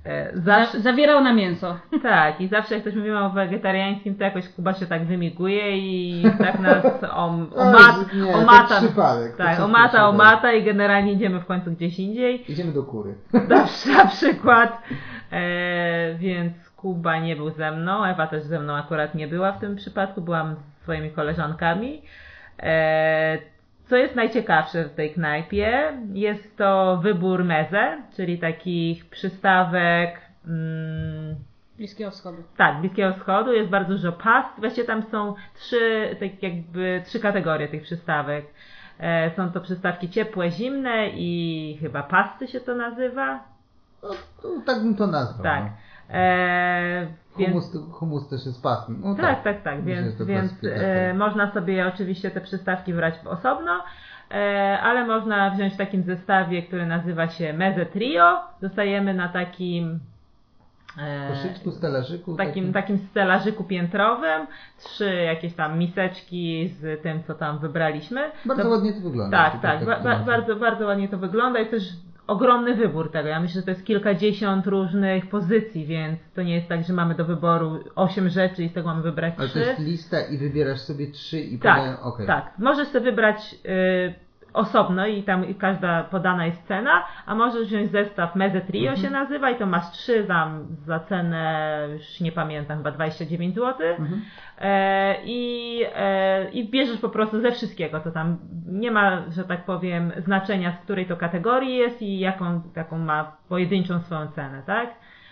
Zawsze... Zawierał na mięso. Tak, i zawsze jak coś mówimy o wegetariańskim, to jakoś Kuba się tak wymiguje i tak nas om, omat, nie, omata. To przypadek, tak, to omata, przypadek. omata i generalnie idziemy w końcu gdzieś indziej. Idziemy do kury. Zawsze na przykład. E, więc Kuba nie był ze mną, Ewa też ze mną akurat nie była w tym przypadku, byłam z swoimi koleżankami. E, Co jest najciekawsze w tej knajpie, jest to wybór meze, czyli takich przystawek mm, Bliskiego Wschodu. Tak, Bliskiego Wschodu, jest bardzo dużo past. Właściwie tam są trzy, tak jakby trzy kategorie tych przystawek. E, są to przystawki ciepłe, zimne i chyba pasty się to nazywa. No, to, tak bym to nazwał. Tak. No. E, Humus, więc... humus też jest pastą. No, tak, tak, tak. Więc, więc e, można sobie oczywiście te przystawki brać osobno, e, ale można wziąć w takim zestawie, który nazywa się Meze Trio. Dostajemy na takim e, koszyczku, stelażyku. Takim, takim... takim stelażyku piętrowym. Trzy jakieś tam miseczki z tym, co tam wybraliśmy. Bardzo to... ładnie to wygląda. Tak, tak. Ba- ba- bardzo, bardzo ładnie to wygląda i też ogromny wybór tego. Ja myślę, że to jest kilkadziesiąt różnych pozycji, więc to nie jest tak, że mamy do wyboru osiem rzeczy i z tego mamy wybrać ale trzy. Ale to jest lista i wybierasz sobie trzy i tak, podają, okay. Tak, możesz sobie wybrać y, osobno i tam każda podana jest cena, a możesz wziąć zestaw Meze Trio mhm. się nazywa i to masz trzy tam za cenę, już nie pamiętam, chyba dwadzieścia dziewięć złotych mhm. e, i, e, i bierzesz po prostu ze wszystkiego, co tam nie ma, że tak powiem, znaczenia, z której to kategorii jest i jaką taką ma pojedynczą swoją cenę, tak?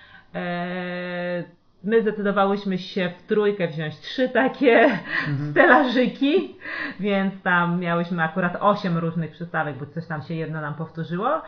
E, My zdecydowałyśmy się w trójkę wziąć trzy takie mhm. stelażyki, więc tam miałyśmy akurat osiem różnych przystawek, bo coś tam się jedno nam powtórzyło.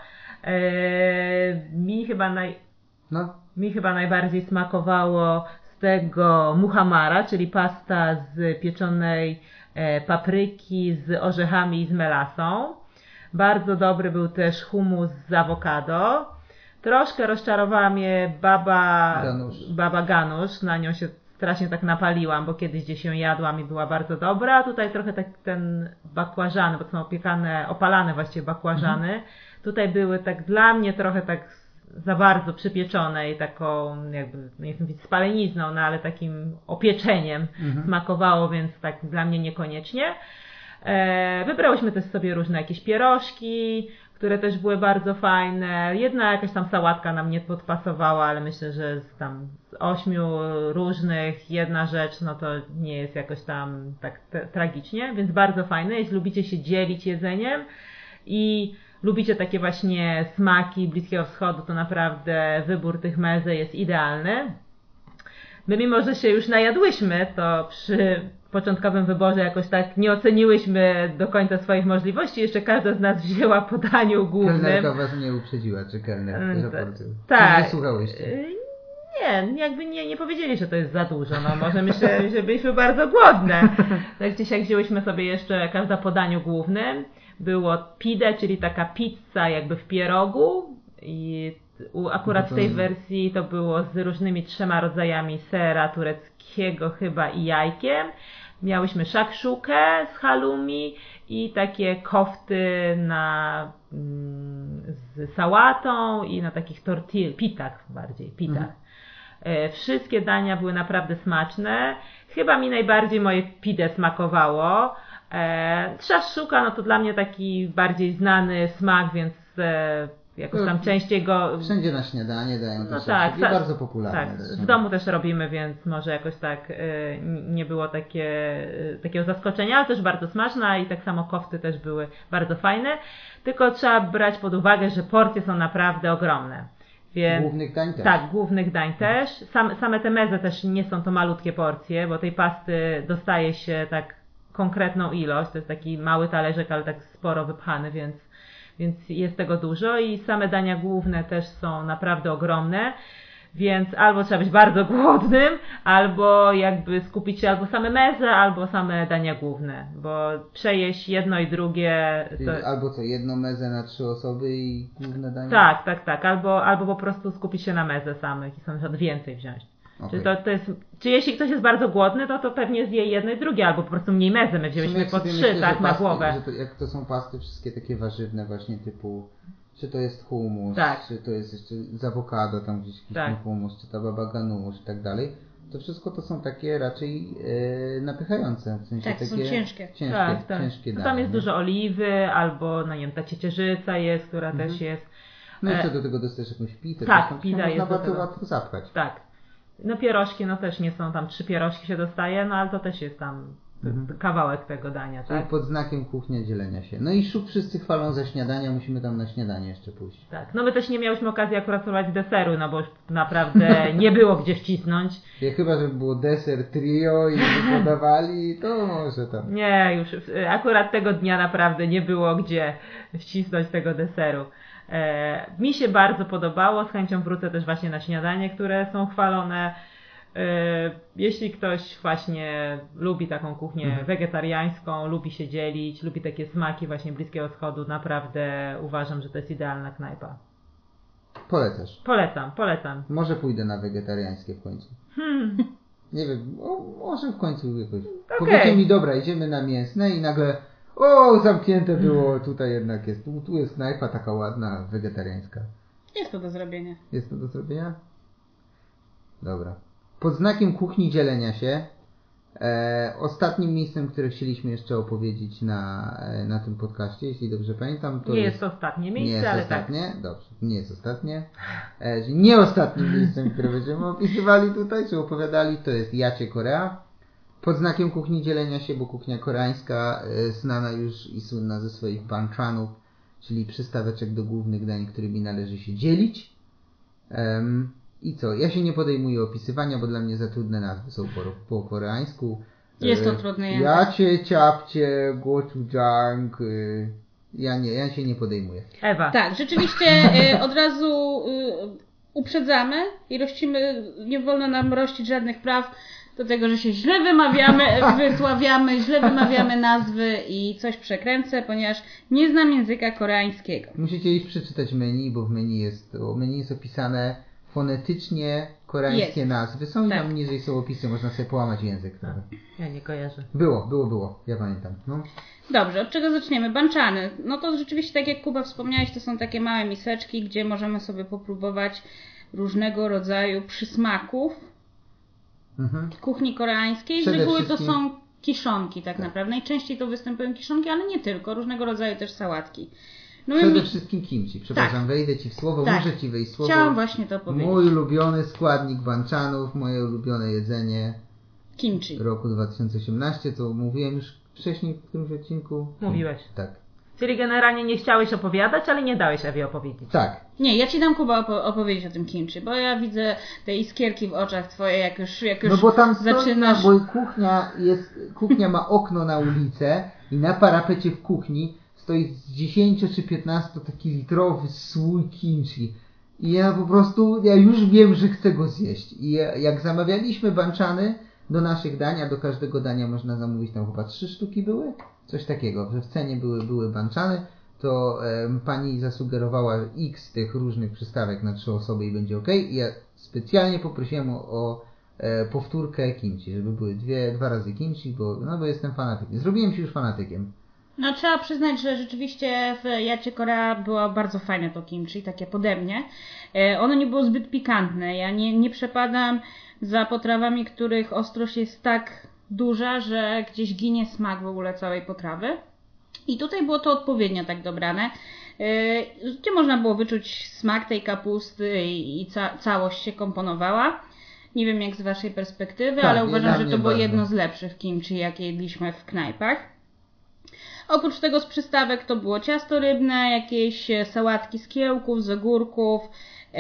Eee, mi, chyba naj... no. mi chyba najbardziej smakowało z tego muhammara, czyli pasta z pieczonej e, papryki z orzechami i z melasą. Bardzo dobry był też hummus z awokado. Troszkę rozczarowała mnie baba Ganusz. baba Ganusz, na nią się strasznie tak napaliłam, bo kiedyś gdzieś ją jadłam i była bardzo dobra, a tutaj trochę tak ten bakłażany, bo to są opiekane, opalane właściwie bakłażany, mhm. tutaj były tak dla mnie trochę tak za bardzo przypieczone i taką jakby, nie chcę mówić spalenizną, no ale takim opieczeniem mhm. smakowało, więc tak dla mnie niekoniecznie. E, wybrałyśmy też sobie różne jakieś pierożki, które też były bardzo fajne. Jedna jakaś tam sałatka nam nie podpasowała, ale myślę, że z tam z ośmiu różnych jedna rzecz, no to nie jest jakoś tam tak te, tragicznie, więc bardzo fajne. Jeśli lubicie się dzielić jedzeniem i lubicie takie właśnie smaki Bliskiego Wschodu, to naprawdę wybór tych meze jest idealny. My mimo, że się już najadłyśmy, to przy początkowym wyborze jakoś tak nie oceniłyśmy do końca swoich możliwości. Jeszcze każda z nas wzięła po daniu głównym. Kelnerka was nie uprzedziła, czy kelner? Tak. Nie słuchałyście? Nie, jakby nie, nie powiedzieli, że to jest za dużo. No może myślę, że byliśmy bardzo głodne. Tak gdzieś jak wzięłyśmy sobie jeszcze każda po daniu głównym. Było pide, czyli taka pizza jakby w pierogu i akurat w tej wersji to było z różnymi trzema rodzajami sera tureckiego chyba i jajkiem. Miałyśmy szakszukę z halloumi i takie kofty na, z sałatą i na takich tortill, pitach bardziej, pitach. Mhm. Wszystkie dania były naprawdę smaczne. Chyba mi najbardziej moje pide smakowało. Szakszuka, no to dla mnie taki bardziej znany smak, więc jakoś tam częściej go... Wszędzie na śniadanie dają no to tak, sa- bardzo popularne. Tak, w domu też robimy, więc może jakoś tak y, nie było takie, y, takiego zaskoczenia, ale też bardzo smaczna i tak samo kofty też były bardzo fajne. Tylko trzeba brać pod uwagę, że porcje są naprawdę ogromne. Więc, głównych dań też. Tak, głównych dań też. Sam, same te meze też nie są to malutkie porcje, bo tej pasty dostaje się tak konkretną ilość. To jest taki mały talerzek, ale tak sporo wypchany, więc Więc jest tego dużo i same dania główne też są naprawdę ogromne, więc albo trzeba być bardzo głodnym, albo jakby skupić się albo same meze, albo same dania główne, bo przejeść jedno i drugie... To... Albo co, jedno meze na trzy osoby i główne dania? Tak, tak, tak, albo, albo po prostu skupić się na meze samych i są więcej wziąć. Okay. Czy, to, to jest, czy jeśli ktoś jest bardzo głodny, to, to pewnie zje jedno i drugie, albo po prostu mniej mezy. My wzięliśmy po trzy, myślę, tak, na pasty, głowę. Że to, jak to są pasty wszystkie takie warzywne właśnie typu Czy to jest hummus, tak. czy to jest jeszcze z awokado, tam gdzieś jakiś tak. hummus, czy ta baba ganoush i tak dalej. To wszystko to są takie raczej e, napychające, w sensie tak, takie są ciężkie. ciężkie, tak, tak. ciężkie dane. Tam jest nie? dużo oliwy, albo no nie wiem, ta ciecierzyca jest, która mhm. też jest. No i co do tego dostajesz jakąś pitę, tak, tam pita jest można do bardzo łatwo zapchać. Tak. No pierożki, no też nie są tam, trzy pierożki się dostaje, no ale to też jest tam mhm. kawałek tego dania, Czyli tak? pod znakiem kuchnia dzielenia się. No i szuk wszyscy chwalą ze śniadania, musimy tam na śniadanie jeszcze pójść. Tak, no my też nie miałyśmy okazji akurat spróbować deseru, no bo już naprawdę nie było gdzie wcisnąć. Ja, chyba, że było deser trio i podawali, to może tam. Nie, już akurat tego dnia naprawdę nie było gdzie wcisnąć tego deseru. E, mi się bardzo podobało, z chęcią wrócę też właśnie na śniadanie, które są chwalone. E, jeśli ktoś właśnie lubi taką kuchnię mhm. wegetariańską, lubi się dzielić, lubi takie smaki właśnie Bliskiego Wschodu, naprawdę uważam, że to jest idealna knajpa. Polecasz? Polecam, polecam. Może pójdę na wegetariańskie w końcu. Hmm. Nie wiem, o, może w końcu jakoś. Okay. Powiecie mi, dobra, idziemy na mięsne i nagle o, zamknięte było, tutaj jednak jest. Tu, tu jest knajpa taka ładna, wegetariańska. Jest to do zrobienia. Jest to do zrobienia? Dobra. Pod znakiem kuchni dzielenia się, e, ostatnim miejscem, które chcieliśmy jeszcze opowiedzieć na, e, na tym podcaście, jeśli dobrze pamiętam, to nie jest... jest to ostatnie miejsce, nie jest ale ostatnie, tak. Dobrze, nie jest ostatnie. E, nie ostatnim miejscem, które będziemy opisywali tutaj, czy opowiadali, to jest Jacie Korea. Pod znakiem kuchni dzielenia się, bo kuchnia koreańska e, znana już i słynna ze swoich banchanów, czyli przystaweczek do głównych dań, którymi należy się dzielić. Um, I co? Ja się nie podejmuję opisywania, bo dla mnie za trudne nazwy są po, po koreańsku. Jest to e, trudny język. Jacie, ciapcie, gochujang. E, ja nie, ja się nie podejmuję. Ewa. Tak, rzeczywiście e, od razu e, uprzedzamy i rościmy, nie wolno nam rościć żadnych praw do tego, że się źle wymawiamy, wysławiamy, źle wymawiamy nazwy i coś przekręcę, ponieważ nie znam języka koreańskiego. Musicie iść przeczytać menu, bo w menu jest, menu jest opisane fonetycznie koreańskie jest. nazwy. Są i tak. Tam niżej są opisy, można sobie połamać język. No, ja nie kojarzę. Było, było, było. Ja pamiętam. No. Dobrze, od czego zaczniemy? Banczany. No to rzeczywiście, tak jak Kuba wspomniałeś, to są takie małe miseczki, gdzie możemy sobie popróbować różnego rodzaju przysmaków mhm. kuchni koreańskiej. Z reguły to są kiszonki tak, tak naprawdę. Najczęściej to występują kiszonki, ale nie tylko. Różnego rodzaju też sałatki. No Przede mi... wszystkim kimchi. Przepraszam, tak. wejdę Ci w słowo, tak. muszę Ci wejść w słowo. Chciałam właśnie to powiedzieć. Mój ulubiony składnik banchanów, moje ulubione jedzenie kimchi. roku dwa tysiące osiemnastego, co mówiłem już wcześniej w którymś odcinku. Mówiłeś. Tak. Czyli generalnie nie chciałeś opowiadać, ale nie dałeś Ewie opowiedzieć. Tak. Nie, ja Ci dam, Kuba, opo- opowiedzieć o tym kimchi, bo ja widzę te iskierki w oczach Twoje, jak już, jak już no bo tam zaczynasz... Stoi, bo kuchnia jest, kuchnia ma okno na ulicę i na parapecie w kuchni stoi z dziesięcio czy piętnastu taki litrowy słój kimchi. I ja po prostu, ja już wiem, że chcę go zjeść. I ja, jak zamawialiśmy banczany do naszych dań, a do każdego dania można zamówić, tam chyba trzy sztuki były? Coś takiego, że w cenie były, były banczany, to e, pani zasugerowała x tych różnych przystawek na trzy osoby i będzie ok. I ja specjalnie poprosiłem o, o e, powtórkę kimchi, żeby były dwie, dwa razy kimchi, bo, no, bo jestem fanatykiem. Zrobiłem się już fanatykiem. No trzeba przyznać, że rzeczywiście w Jacie Korea było bardzo fajne to kimchi, takie pode mnie. E, ono nie było zbyt pikantne. Ja nie, nie przepadam za potrawami, których ostrość jest tak duża, że gdzieś ginie smak w ogóle całej potrawy. I tutaj było to odpowiednio tak dobrane, yy, gdzie można było wyczuć smak tej kapusty i, i ca- całość się komponowała. Nie wiem jak z Waszej perspektywy, tak, ale uważam, że to było bardzo. jedno z lepszych kimchi, jakie jedliśmy w knajpach. Oprócz tego z przystawek to było ciasto rybne, jakieś sałatki z kiełków, z ogórków, yy,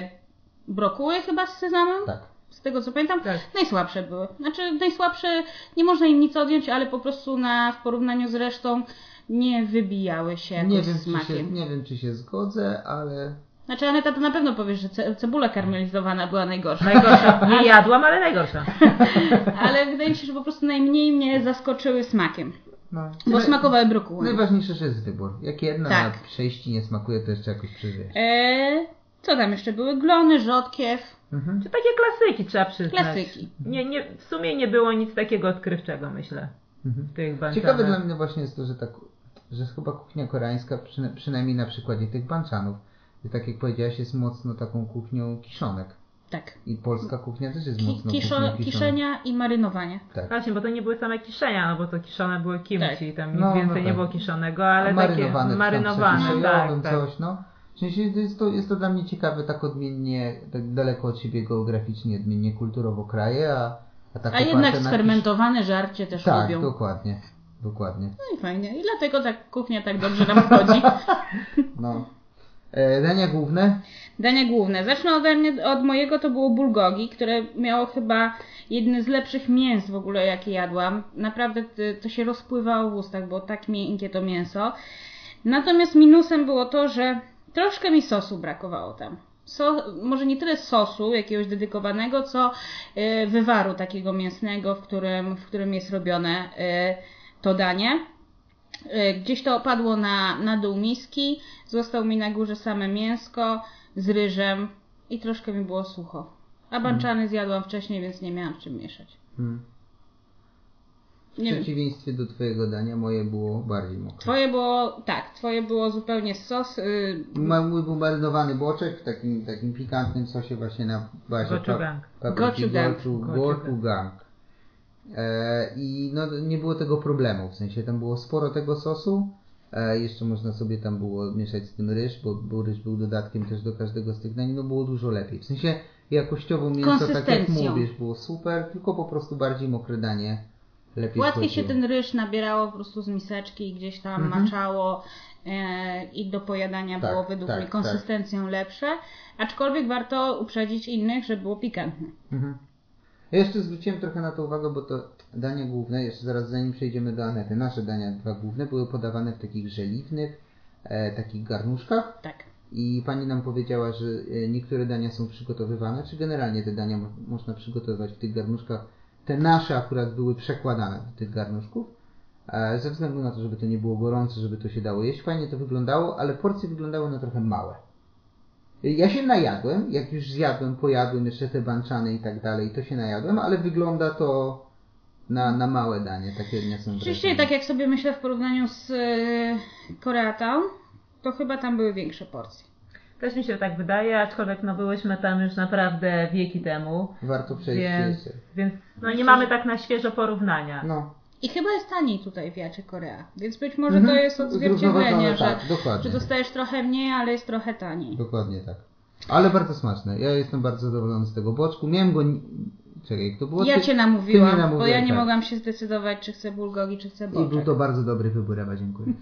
brokuły chyba z sezamem. Tak. Z tego co pamiętam, tak. najsłabsze były. Znaczy najsłabsze, nie można im nic odjąć, ale po prostu na, w porównaniu z resztą nie wybijały się nie jakoś wiem, smakiem. Czy się, nie wiem, czy się zgodzę, ale... Znaczy Aneta, to na pewno powiesz, że ce- cebula karmelizowana była najgorsza. Najgorsza. Nie jadłam, ale najgorsza. Ale wydaje mi się, że po prostu najmniej mnie zaskoczyły smakiem. No. Bo Naj... smakowały brokuły. Najważniejsze, że jest wybór. Jak jedna tak. na przejści nie smakuje, to jeszcze jakoś przeżyjesz. Eee, co tam jeszcze były? Glony, rzodkiew. Mhm. Czy takie klasyki trzeba przyznać. Klasyki. Nie, nie, w sumie nie było nic takiego odkrywczego, myślę. Mhm. W tych Ciekawe dla mnie właśnie jest to, że tak, że chyba kuchnia koreańska, przyna przynajmniej na przykładzie tych banchanów, tak jak powiedziałaś, jest mocno taką kuchnią kiszonek. Tak. I polska kuchnia też jest Ki mocno kiszo kuchnią kiszonek. Kiszenia i marynowanie. Tak. Właśnie, bo to nie były same kiszenia, no bo to kiszone były kimchi, Tak. tam nic No, więcej no tak. nie było kiszonego, ale marynowane, takie marynowane, tak, tak. coś, no. W sensie jest to, jest to dla mnie ciekawe, tak odmiennie, tak daleko od siebie geograficznie, odmiennie kulturowo kraje, a, a tak A jednak na sfermentowane kisz... żarcie też tak, lubią. Tak, dokładnie, dokładnie. No i fajnie. I dlatego ta kuchnia tak dobrze nam wchodzi. No. E, dania główne? Dania główne. Zacznę ode mnie, od mojego, to było bulgogi, które miało chyba jedne z lepszych mięs w ogóle, jakie jadłam. Naprawdę to się rozpływało w ustach, było tak miękkie to mięso. Natomiast minusem było to, że troszkę mi sosu brakowało tam. So, może nie tyle sosu jakiegoś dedykowanego, co y, wywaru takiego mięsnego, w którym, w którym jest robione y, to danie. Y, gdzieś to opadło na, na dół miski, zostało mi na górze same mięsko z ryżem i troszkę mi było sucho. A banczany hmm. zjadłam wcześniej, więc nie miałam czym mieszać. Hmm. W Nie przeciwieństwie wiem. do twojego dania, moje było bardziej mokre. Twoje było, tak, twoje było zupełnie z sos. Yy... Mój był marynowany boczek w takim, takim pikantnym sosie właśnie na bazie gochujang. Gochujang. E, I no, nie było tego problemu, w sensie tam było sporo tego sosu. E, jeszcze można sobie tam było mieszać z tym ryż, bo, bo ryż był dodatkiem też do każdego z tych dań. No było dużo lepiej. W sensie jakościowo mięso, tak jak mówisz, było super, tylko po prostu bardziej mokre danie. Lepiej Łatwiej wchodziło. się ten ryż nabierało po prostu z miseczki i gdzieś tam mhm. maczało e, i do pojadania tak, było według tak, mnie konsystencją tak. lepsze, aczkolwiek warto uprzedzić innych, że było pikantne. Mhm. Ja jeszcze zwróciłem trochę na to uwagę, bo to dania główne, jeszcze zaraz zanim przejdziemy do Anety, nasze dania dwa główne były podawane w takich żeliwnych, e, takich garnuszkach. Tak. I pani nam powiedziała, że niektóre dania są przygotowywane, czy generalnie te dania mo można przygotowywać w tych garnuszkach. Te nasze akurat były przekładane do tych garnuszków, e, ze względu na to, żeby to nie było gorące, żeby to się dało jeść. Fajnie to wyglądało, ale porcje wyglądały na trochę małe. Ja się najadłem, jak już zjadłem, pojadłem jeszcze te banczany i tak dalej, to się najadłem, ale wygląda to na, na małe danie, takie nie są. Oczywiście tak jak sobie myślę w porównaniu z yy, Koreatown, to chyba tam były większe porcje. Też mi się tak wydaje, aczkolwiek no byłyśmy tam już naprawdę wieki temu. Warto przejść więc, więc no nie mamy tak na świeżo porównania. No. I chyba jest taniej tutaj w Jacie Korea, więc być może mm-hmm. to jest odzwierciedlenie, że, tak, że dostajesz trochę mniej, ale jest trochę taniej. Dokładnie tak. Ale bardzo smaczne. Ja jestem bardzo zadowolony z tego boczku. Miałem go... Czekaj, to było... Ja ty... Cię namówiłam, ty namówiłem, bo ja nie tak. mogłam się zdecydować, czy chcę bulgogi, czy chcę boczek. I był to bardzo dobry wybór, Ewa, dziękuję.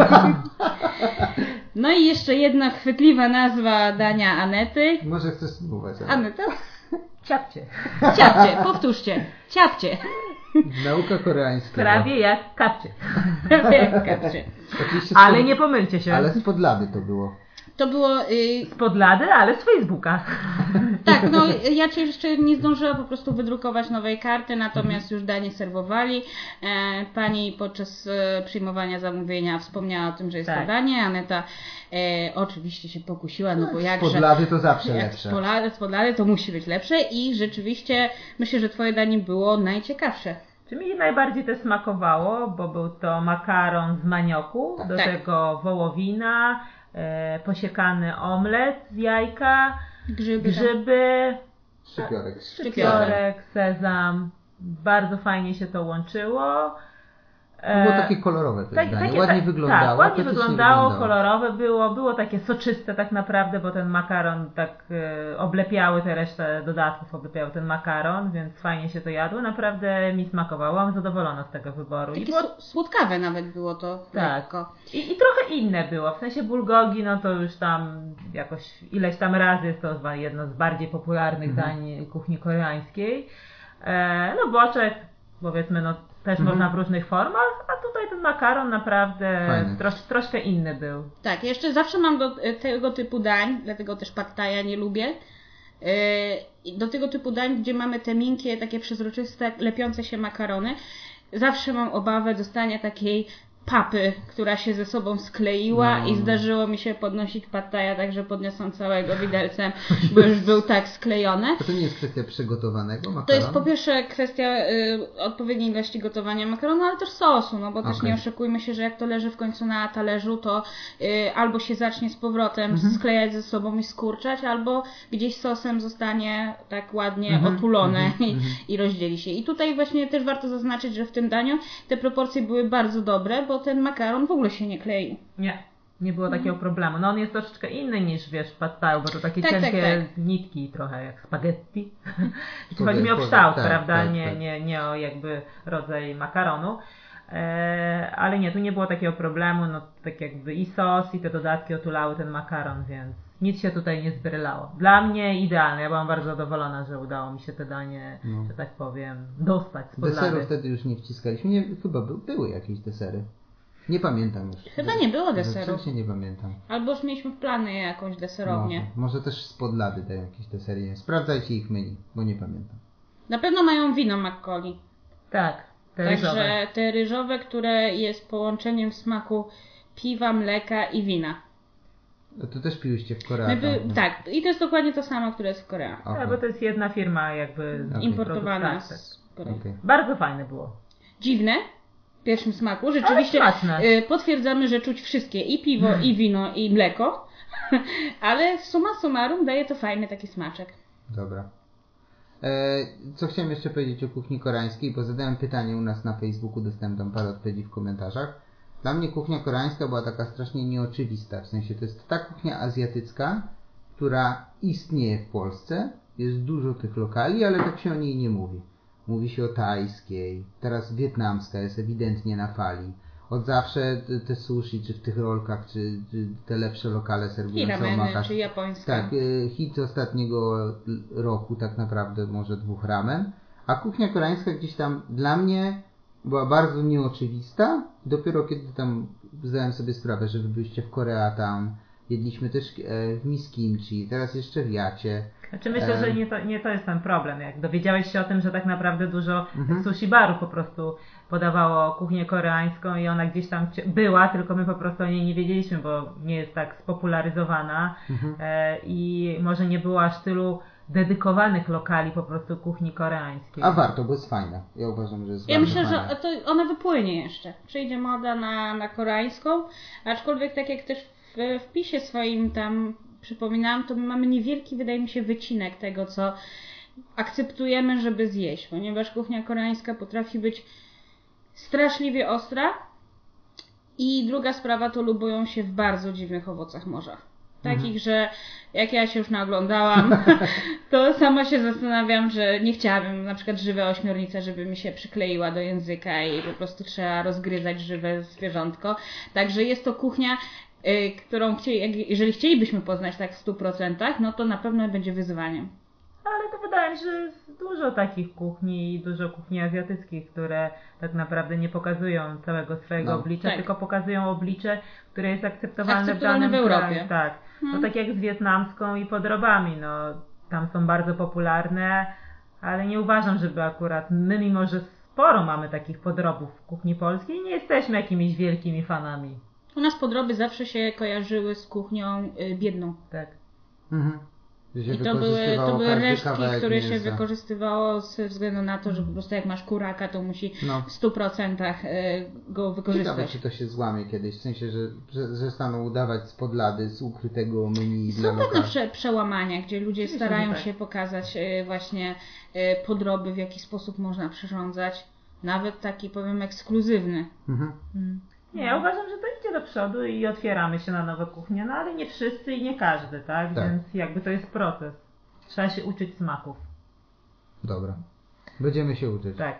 No i jeszcze jedna chwytliwa nazwa dania Anety. Może chcesz spróbować. Ale... Aneta? Ciapcie. Ciapcie, powtórzcie. Ciapcie. Nauka koreańska. Prawie jak kapcie. Prawie jak kapcie. Ale spod... nie pomylcie się. Ale z Podlady to było. To było... Yy... Z Podlady, ale z Facebooka. Tak, no ja Cię jeszcze nie zdążyłam po prostu wydrukować nowej karty, natomiast już danie serwowali. E, pani podczas e, przyjmowania zamówienia wspomniała o tym, że jest tak. to danie. Aneta e, oczywiście się pokusiła, no bo jakże... Z Podlady to zawsze jak lepsze. Z Podlady, z Podlady to musi być lepsze i rzeczywiście myślę, że Twoje danie było najciekawsze. Czy mi najbardziej też smakowało, bo był to makaron z manioku, tak. do tak. tego wołowina, e, posiekany omlet z jajka, grzyby, grzyby szczypiorek. szczypiorek, sezam. Bardzo fajnie się to łączyło. Było takie kolorowe to tak, danie, takie, ładnie tak, wyglądało. Tak, ładnie wyglądało, wyglądało, kolorowe było, było takie soczyste tak naprawdę, bo ten makaron tak y, oblepiały te resztę dodatków, oblepiały ten makaron, więc fajnie się to jadło. Naprawdę mi smakowało, byłam zadowolona z tego wyboru. Takie I było... słodkawe nawet było to. Tak. I, I trochę inne było, w sensie bulgogi, no to już tam jakoś ileś tam razy jest to jedno z bardziej popularnych mhm. dań kuchni koreańskiej. E, no boczek, powiedzmy, no też mhm. można w różnych formach, a tutaj ten makaron naprawdę trosz, troszkę inny był. Tak, jeszcze zawsze mam do tego typu dań, dlatego też pad thaia nie lubię, yy, do tego typu dań, gdzie mamy te miękkie, takie przezroczyste, lepiące się makarony, zawsze mam obawę dostania takiej papy, która się ze sobą skleiła no. i zdarzyło mi się podnosić pad thaja, także podniosłam całego widelcem, bo już był tak sklejony. A to nie jest kwestia przygotowanego makaronu? To jest po pierwsze kwestia y, odpowiedniej ilości gotowania makaronu, ale też sosu, no bo okay. też nie oszukujmy się, że jak to leży w końcu na talerzu, to y, albo się zacznie z powrotem mhm. sklejać ze sobą i skurczać, albo gdzieś sosem zostanie tak ładnie mhm. otulone mhm. I, i rozdzieli się. I tutaj właśnie też warto zaznaczyć, że w tym daniu te proporcje były bardzo dobre, bo ten makaron w ogóle się nie klei. Nie, nie było takiego problemu. No on jest troszeczkę inny niż wiesz w pad thai, bo to takie tak, cienkie tak, tak. nitki trochę jak spaghetti. Chodzi mi o kształt, tak, prawda? Tak, nie, tak. Nie, nie o jakby rodzaj makaronu. E, ale nie, tu nie było takiego problemu, no tak jakby i sos i te dodatki otulały ten makaron, więc nic się tutaj nie zbrylało. Dla mnie idealne, ja byłam bardzo zadowolona, że udało mi się te danie, no. że tak powiem, dostać z Deseru wtedy już nie wciskaliśmy, nie, chyba by, były jakieś desery. Nie pamiętam już. Chyba nie było deseru. Rzeczywiście nie pamiętam. Albo już mieliśmy w planie jakąś deserownię. Może, może też spod lady dają jakieś desery. Sprawdzajcie ich menu, bo nie pamiętam. Na pewno mają wino McCauley. Tak, te Także ryżowe. te ryżowe, które jest połączeniem w smaku piwa, mleka i wina. No to też piłyście w Korei. By, tak, i to jest dokładnie to samo, które jest w Korei. Okay. Tak, bo to jest jedna firma jakby okay. importowana z Korei. Okay. Bardzo fajne było. Dziwne w pierwszym smaku. Rzeczywiście potwierdzamy, że czuć wszystkie, i piwo, hmm. i wino, i mleko, ale summa summarum daje to fajny taki smaczek. Dobra. E, co chciałem jeszcze powiedzieć o kuchni koreańskiej, bo zadałem pytanie u nas na Facebooku, dostałem tam parę odpowiedzi w komentarzach. Dla mnie kuchnia koreańska była taka strasznie nieoczywista, w sensie to jest ta kuchnia azjatycka, która istnieje w Polsce, jest dużo tych lokali, ale tak się o niej nie mówi. Mówi się o tajskiej, teraz wietnamska jest ewidentnie na fali. Od zawsze te sushi, czy w tych rolkach, czy, czy te lepsze lokale serwują rameny, czy japońska. Tak, hit ostatniego roku tak naprawdę, może dwóch ramen. A kuchnia koreańska gdzieś tam dla mnie była bardzo nieoczywista. Dopiero kiedy tam zdałem sobie sprawę, że wy byliście w Koreatown, jedliśmy też w Miss Kimchi, teraz jeszcze w Jacie. Znaczy myślę, że nie to, nie to jest ten problem. Jak dowiedziałeś się o tym, że tak naprawdę dużo mhm. sushi barów po prostu podawało kuchnię koreańską i ona gdzieś tam była, tylko my po prostu o niej nie wiedzieliśmy, bo nie jest tak spopularyzowana mhm. e, i może nie było aż tylu dedykowanych lokali po prostu kuchni koreańskiej. A warto, bo jest fajna. Ja uważam, że jest Ja bardzo myślę, fajna. że to ona wypłynie jeszcze. Przyjdzie moda na, na koreańską, aczkolwiek tak jak też w wpisie swoim tam przypominałam, to my mamy niewielki, wydaje mi się, wycinek tego, co akceptujemy, żeby zjeść, ponieważ kuchnia koreańska potrafi być straszliwie ostra i druga sprawa to lubują się w bardzo dziwnych owocach morza. Takich, mhm. że jak ja się już naoglądałam, to sama się zastanawiam, że nie chciałabym na przykład żywe ośmiornice, żeby mi się przykleiła do języka i po prostu trzeba rozgryzać żywe zwierzątko. Także jest to kuchnia, y, którą chcieli, jeżeli chcielibyśmy poznać tak w stu procentach, no to na pewno będzie wyzwaniem. Ale to wydaje mi się, że jest dużo takich kuchni i dużo kuchni azjatyckich, które tak naprawdę nie pokazują całego swojego no, oblicza, tak. tylko pokazują oblicze, które jest akceptowalne, akceptowalne w danym w Europie. kraju. Tak. Hmm. No tak jak z wietnamską i podrobami, no tam są bardzo popularne, ale nie uważam, żeby akurat my, mimo że sporo mamy takich podrobów w kuchni polskiej, nie jesteśmy jakimiś wielkimi fanami. U nas podroby zawsze się kojarzyły z kuchnią y, biedną. Tak. Mhm. I to były, to były resztki, które mięsa. się wykorzystywało ze względu na to, że po prostu jak masz kuraka, to musi no. w stu procentach go wykorzystać. Ciekawe, czy to się złamie kiedyś, w sensie, że, że, że staną udawać spod lady z ukrytego menu Są dla pewne lokal. prze, przełamania, gdzie ludzie Myślę, starają tak. się pokazać właśnie podroby, w jaki sposób można przyrządzać, nawet taki, powiem, ekskluzywny. Mhm. Hmm. Nie, ja uważam, że to idzie do przodu i otwieramy się na nowe kuchnie, no ale nie wszyscy i nie każdy, tak? tak? Więc jakby to jest proces. Trzeba się uczyć smaków. Dobra. Będziemy się uczyć. Tak.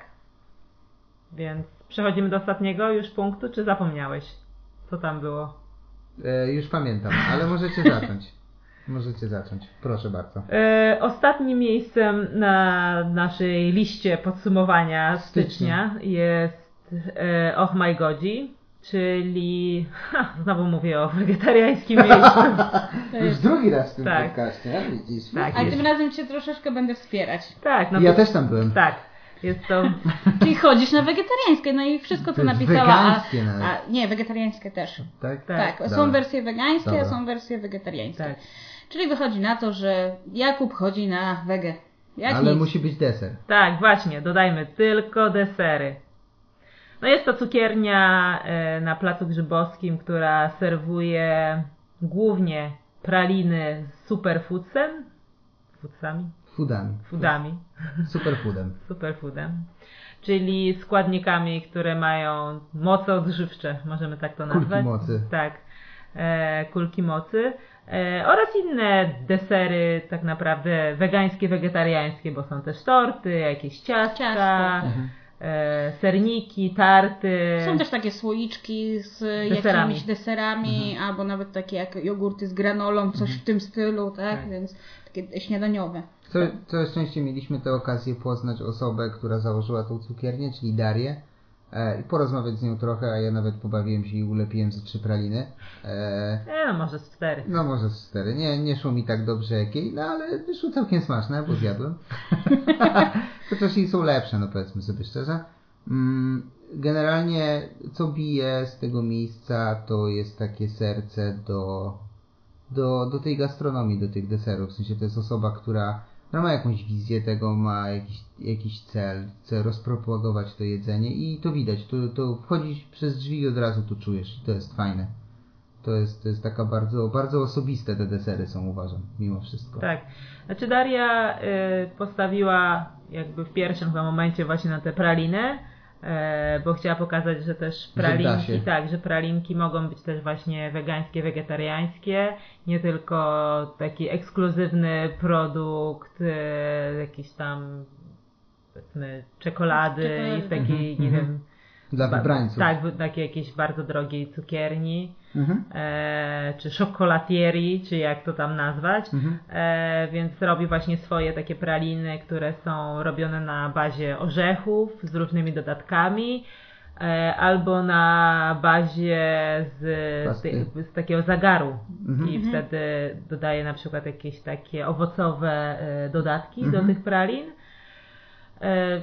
Więc przechodzimy do ostatniego już punktu, czy zapomniałeś? Co tam było? E, już pamiętam, ale możecie zacząć. Możecie zacząć. Proszę bardzo. E, ostatnim miejscem na naszej liście podsumowania stycznia, stycznia jest e, Oh My Godzi. Czyli, ha, znowu mówię o wegetariańskim miejscu. Już drugi raz w tym tak. podcaście, widzisz? Tak, a tym razem Cię troszeczkę będę wspierać. Tak, no ja to, też tam byłem. Tak. Jest to... Czyli chodzisz na wegetariańskie, no i wszystko co To jest napisała. wegańskie a, nawet. a Nie, wegetariańskie też. Tak? Tak, Tak. są Dobra. wersje wegańskie, Dobra. a są wersje wegetariańskie. Tak. Czyli wychodzi na to, że Jakub chodzi na wege. Jak Ale nic. musi być deser. Tak, właśnie, dodajmy tylko desery. No jest to cukiernia e, na Placu Grzybowskim, która serwuje głównie praliny z superfoodsem. Foodsami? Foodami. Foodami. Superfoodem. Superfoodem. Czyli składnikami, które mają moce odżywcze, możemy tak to nazwać. Kulki mocy. Tak, e, kulki mocy. E, oraz inne desery, tak naprawdę wegańskie, wegetariańskie, bo są też torty, jakieś ciastka, Ciastka. Mhm. e, serniki, tarty. Są też takie słoiczki z Deserami. jakimiś deserami, albo nawet takie jak jogurty z granolą, coś w tym stylu, tak? Tak. Więc takie śniadaniowe. Co, coraz częściej mieliśmy tę okazję poznać osobę, która założyła tą cukiernię, czyli Darię. E, I porozmawiać z nią trochę, a ja nawet pobawiłem się i ulepiłem ze trzy praliny. E, E, no może z cztery. no może z cztery. Nie, nie szło mi tak dobrze jak jej, no ale wyszło całkiem smaczne, bo zjadłem. Chociaż i są lepsze, no powiedzmy sobie szczerze. Mm, generalnie co bije z tego miejsca to jest takie serce do, do, do tej gastronomii, do tych deserów. W sensie to jest osoba, która która ma jakąś wizję tego, ma jakiś, jakiś cel, chce rozpropagować to jedzenie i to widać, to, to wchodzisz przez drzwi i od razu to czujesz i to jest fajne. To jest, to jest taka bardzo, bardzo osobiste te desery są, uważam, mimo wszystko. Tak. Znaczy Daria y, postawiła jakby w pierwszym chyba momencie właśnie na te praliny, e, bo chciała pokazać, że też Że da pralinki, się. tak, że pralinki mogą być też właśnie wegańskie, wegetariańskie, nie tylko taki ekskluzywny produkt, e, jakiś tam powiedzmy czekolady Czekolady. i w takiej, Mhm, nie mhm. wiem, Dla ba- wybrańców. tak, w takiej jakiejś bardzo drogiej cukierni. Mhm. E, czy chocolatierii, czy jak to tam nazwać, Mhm. e, więc robi właśnie swoje takie praliny, które są robione na bazie orzechów z różnymi dodatkami, e, albo na bazie z, z, Pasty. tej- z takiego zagaru Mhm. i wtedy dodaje na przykład jakieś takie owocowe e, dodatki Mhm. do tych pralin. E,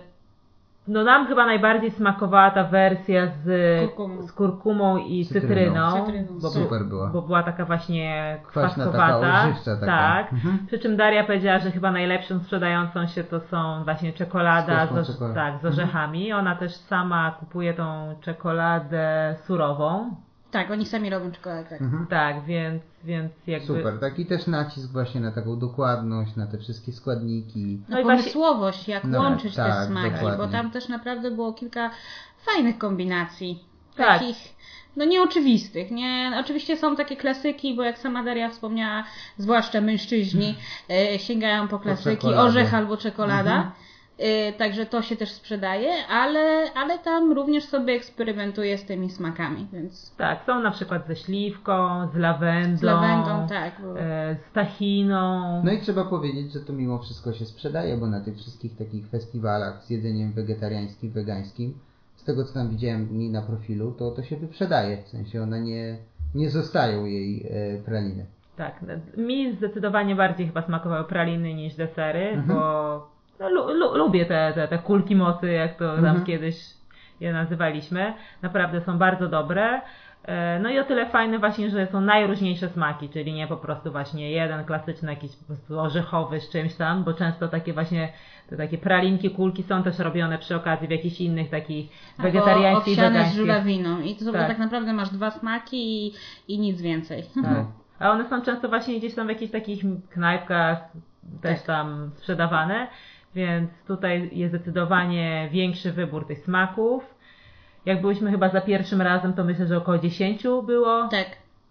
No nam chyba najbardziej smakowała ta wersja z Kurkumą. z kurkumą i Cytryną. cytryną, Cytryną. bo, Super była. bo była taka właśnie Kwaśna, kwaskowata. taka odżywcza taka. Tak. Mhm. Przy czym Daria powiedziała, że chyba najlepszą sprzedającą się to są właśnie czekolada Z z, kwaśną orz- czekoladą. tak, z orzechami. Ona też sama kupuje tą czekoladę surową. Tak, oni sami robią czekoladę. Tak. Mhm. Tak, więc, więc jakby... Super, taki też nacisk właśnie na taką dokładność, na te wszystkie składniki. Na No i właśnie- pomysłowość, jak No, łączyć te tak, smaki, dokładnie. bo tam też naprawdę było kilka fajnych kombinacji. Tak. Takich, no nieoczywistych. Nie? Oczywiście są takie klasyki, bo jak sama Daria wspomniała, zwłaszcza mężczyźni e, sięgają po klasyki, czekoladę. orzech albo czekolada. Mhm. E, także to się też sprzedaje, ale, ale tam również sobie eksperymentuje z tymi smakami, więc Tak, są na przykład ze śliwką, z lawendą, z lawendą, tak. Bo... e, z tachiną. No i trzeba powiedzieć, że to mimo wszystko się sprzedaje, bo na tych wszystkich takich festiwalach z jedzeniem wegetariańskim, wegańskim, z tego co tam widziałem mi na profilu, to to się wyprzedaje. W sensie one nie, nie zostają jej e, praliny. Tak, mi zdecydowanie bardziej chyba smakowały praliny niż desery, Mhm. bo no, lu, lu, lubię te, te, te kulki mocy, jak to tam Mhm. kiedyś je nazywaliśmy. Naprawdę są bardzo dobre. E, No i o tyle fajne właśnie, że są najróżniejsze smaki, czyli nie po prostu właśnie jeden klasyczny jakiś po prostu orzechowy z czymś tam, bo często takie właśnie te takie pralinki, kulki są też robione przy okazji w jakichś innych takich wegetariańskich i owsiane z wegańskich. żurawiną. I to sobie Tak. tak naprawdę masz dwa smaki i, i nic więcej. Tak. A one są często właśnie gdzieś tam w jakichś takich knajpkach też Tak. tam sprzedawane, więc tutaj jest zdecydowanie większy wybór tych smaków. Jak byliśmy chyba za pierwszym razem, to myślę, że około dziesięciu było. Tak.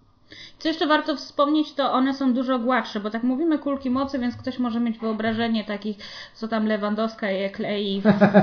Co jeszcze warto wspomnieć, to one są dużo gładsze, bo tak mówimy kulki mocy, więc ktoś może mieć wyobrażenie takich, co tam Lewandowska je klei w,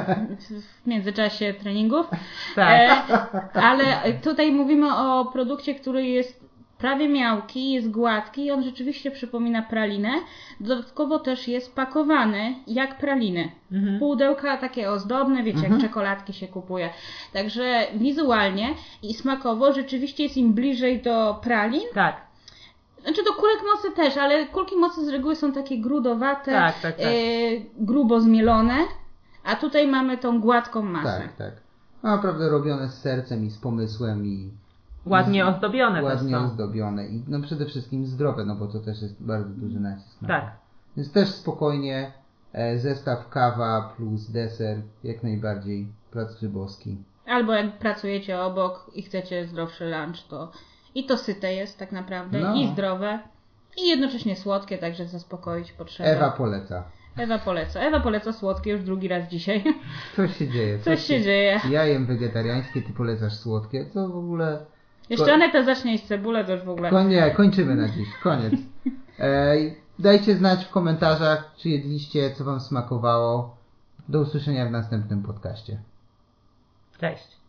w, w międzyczasie treningów. Tak. E, ale tutaj mówimy o produkcie, który jest prawie miałki, jest gładki i on rzeczywiście przypomina pralinę. Dodatkowo też jest pakowany jak praliny. Mhm. Pudełka takie ozdobne, wiecie, jak czekoladki się kupuje. Także wizualnie i smakowo rzeczywiście jest im bliżej do pralin. Tak. Znaczy do kulek mocy też, ale kulki mocy z reguły są takie grudowate, Tak, tak, tak. E, grubo zmielone. A tutaj mamy tą gładką masę. Tak, tak. No naprawdę robione z sercem i z pomysłem i ładnie i z, ozdobione ładnie też są. ozdobione i no przede wszystkim zdrowe, no bo to też jest bardzo duży nacisk na to. Tak. Więc też spokojnie e, zestaw kawa plus deser, jak najbardziej plac Grzybowski. Albo jak pracujecie obok i chcecie zdrowszy lunch, to i to syte jest tak naprawdę, No. i zdrowe, i jednocześnie słodkie, także zaspokoić potrzeby. Ewa poleca. Ewa poleca. Ewa poleca słodkie już drugi raz dzisiaj. Coś się dzieje. Coś się dzieje. Ja jem wegetariańskie, ty polecasz słodkie, co w ogóle... Jeszcze Aneta zacznie jeść cebulę, to już w ogóle... Ko- nie, kończymy na dziś, koniec. E, dajcie znać w komentarzach, czy jedliście, co wam smakowało. Do usłyszenia w następnym podcaście. Cześć.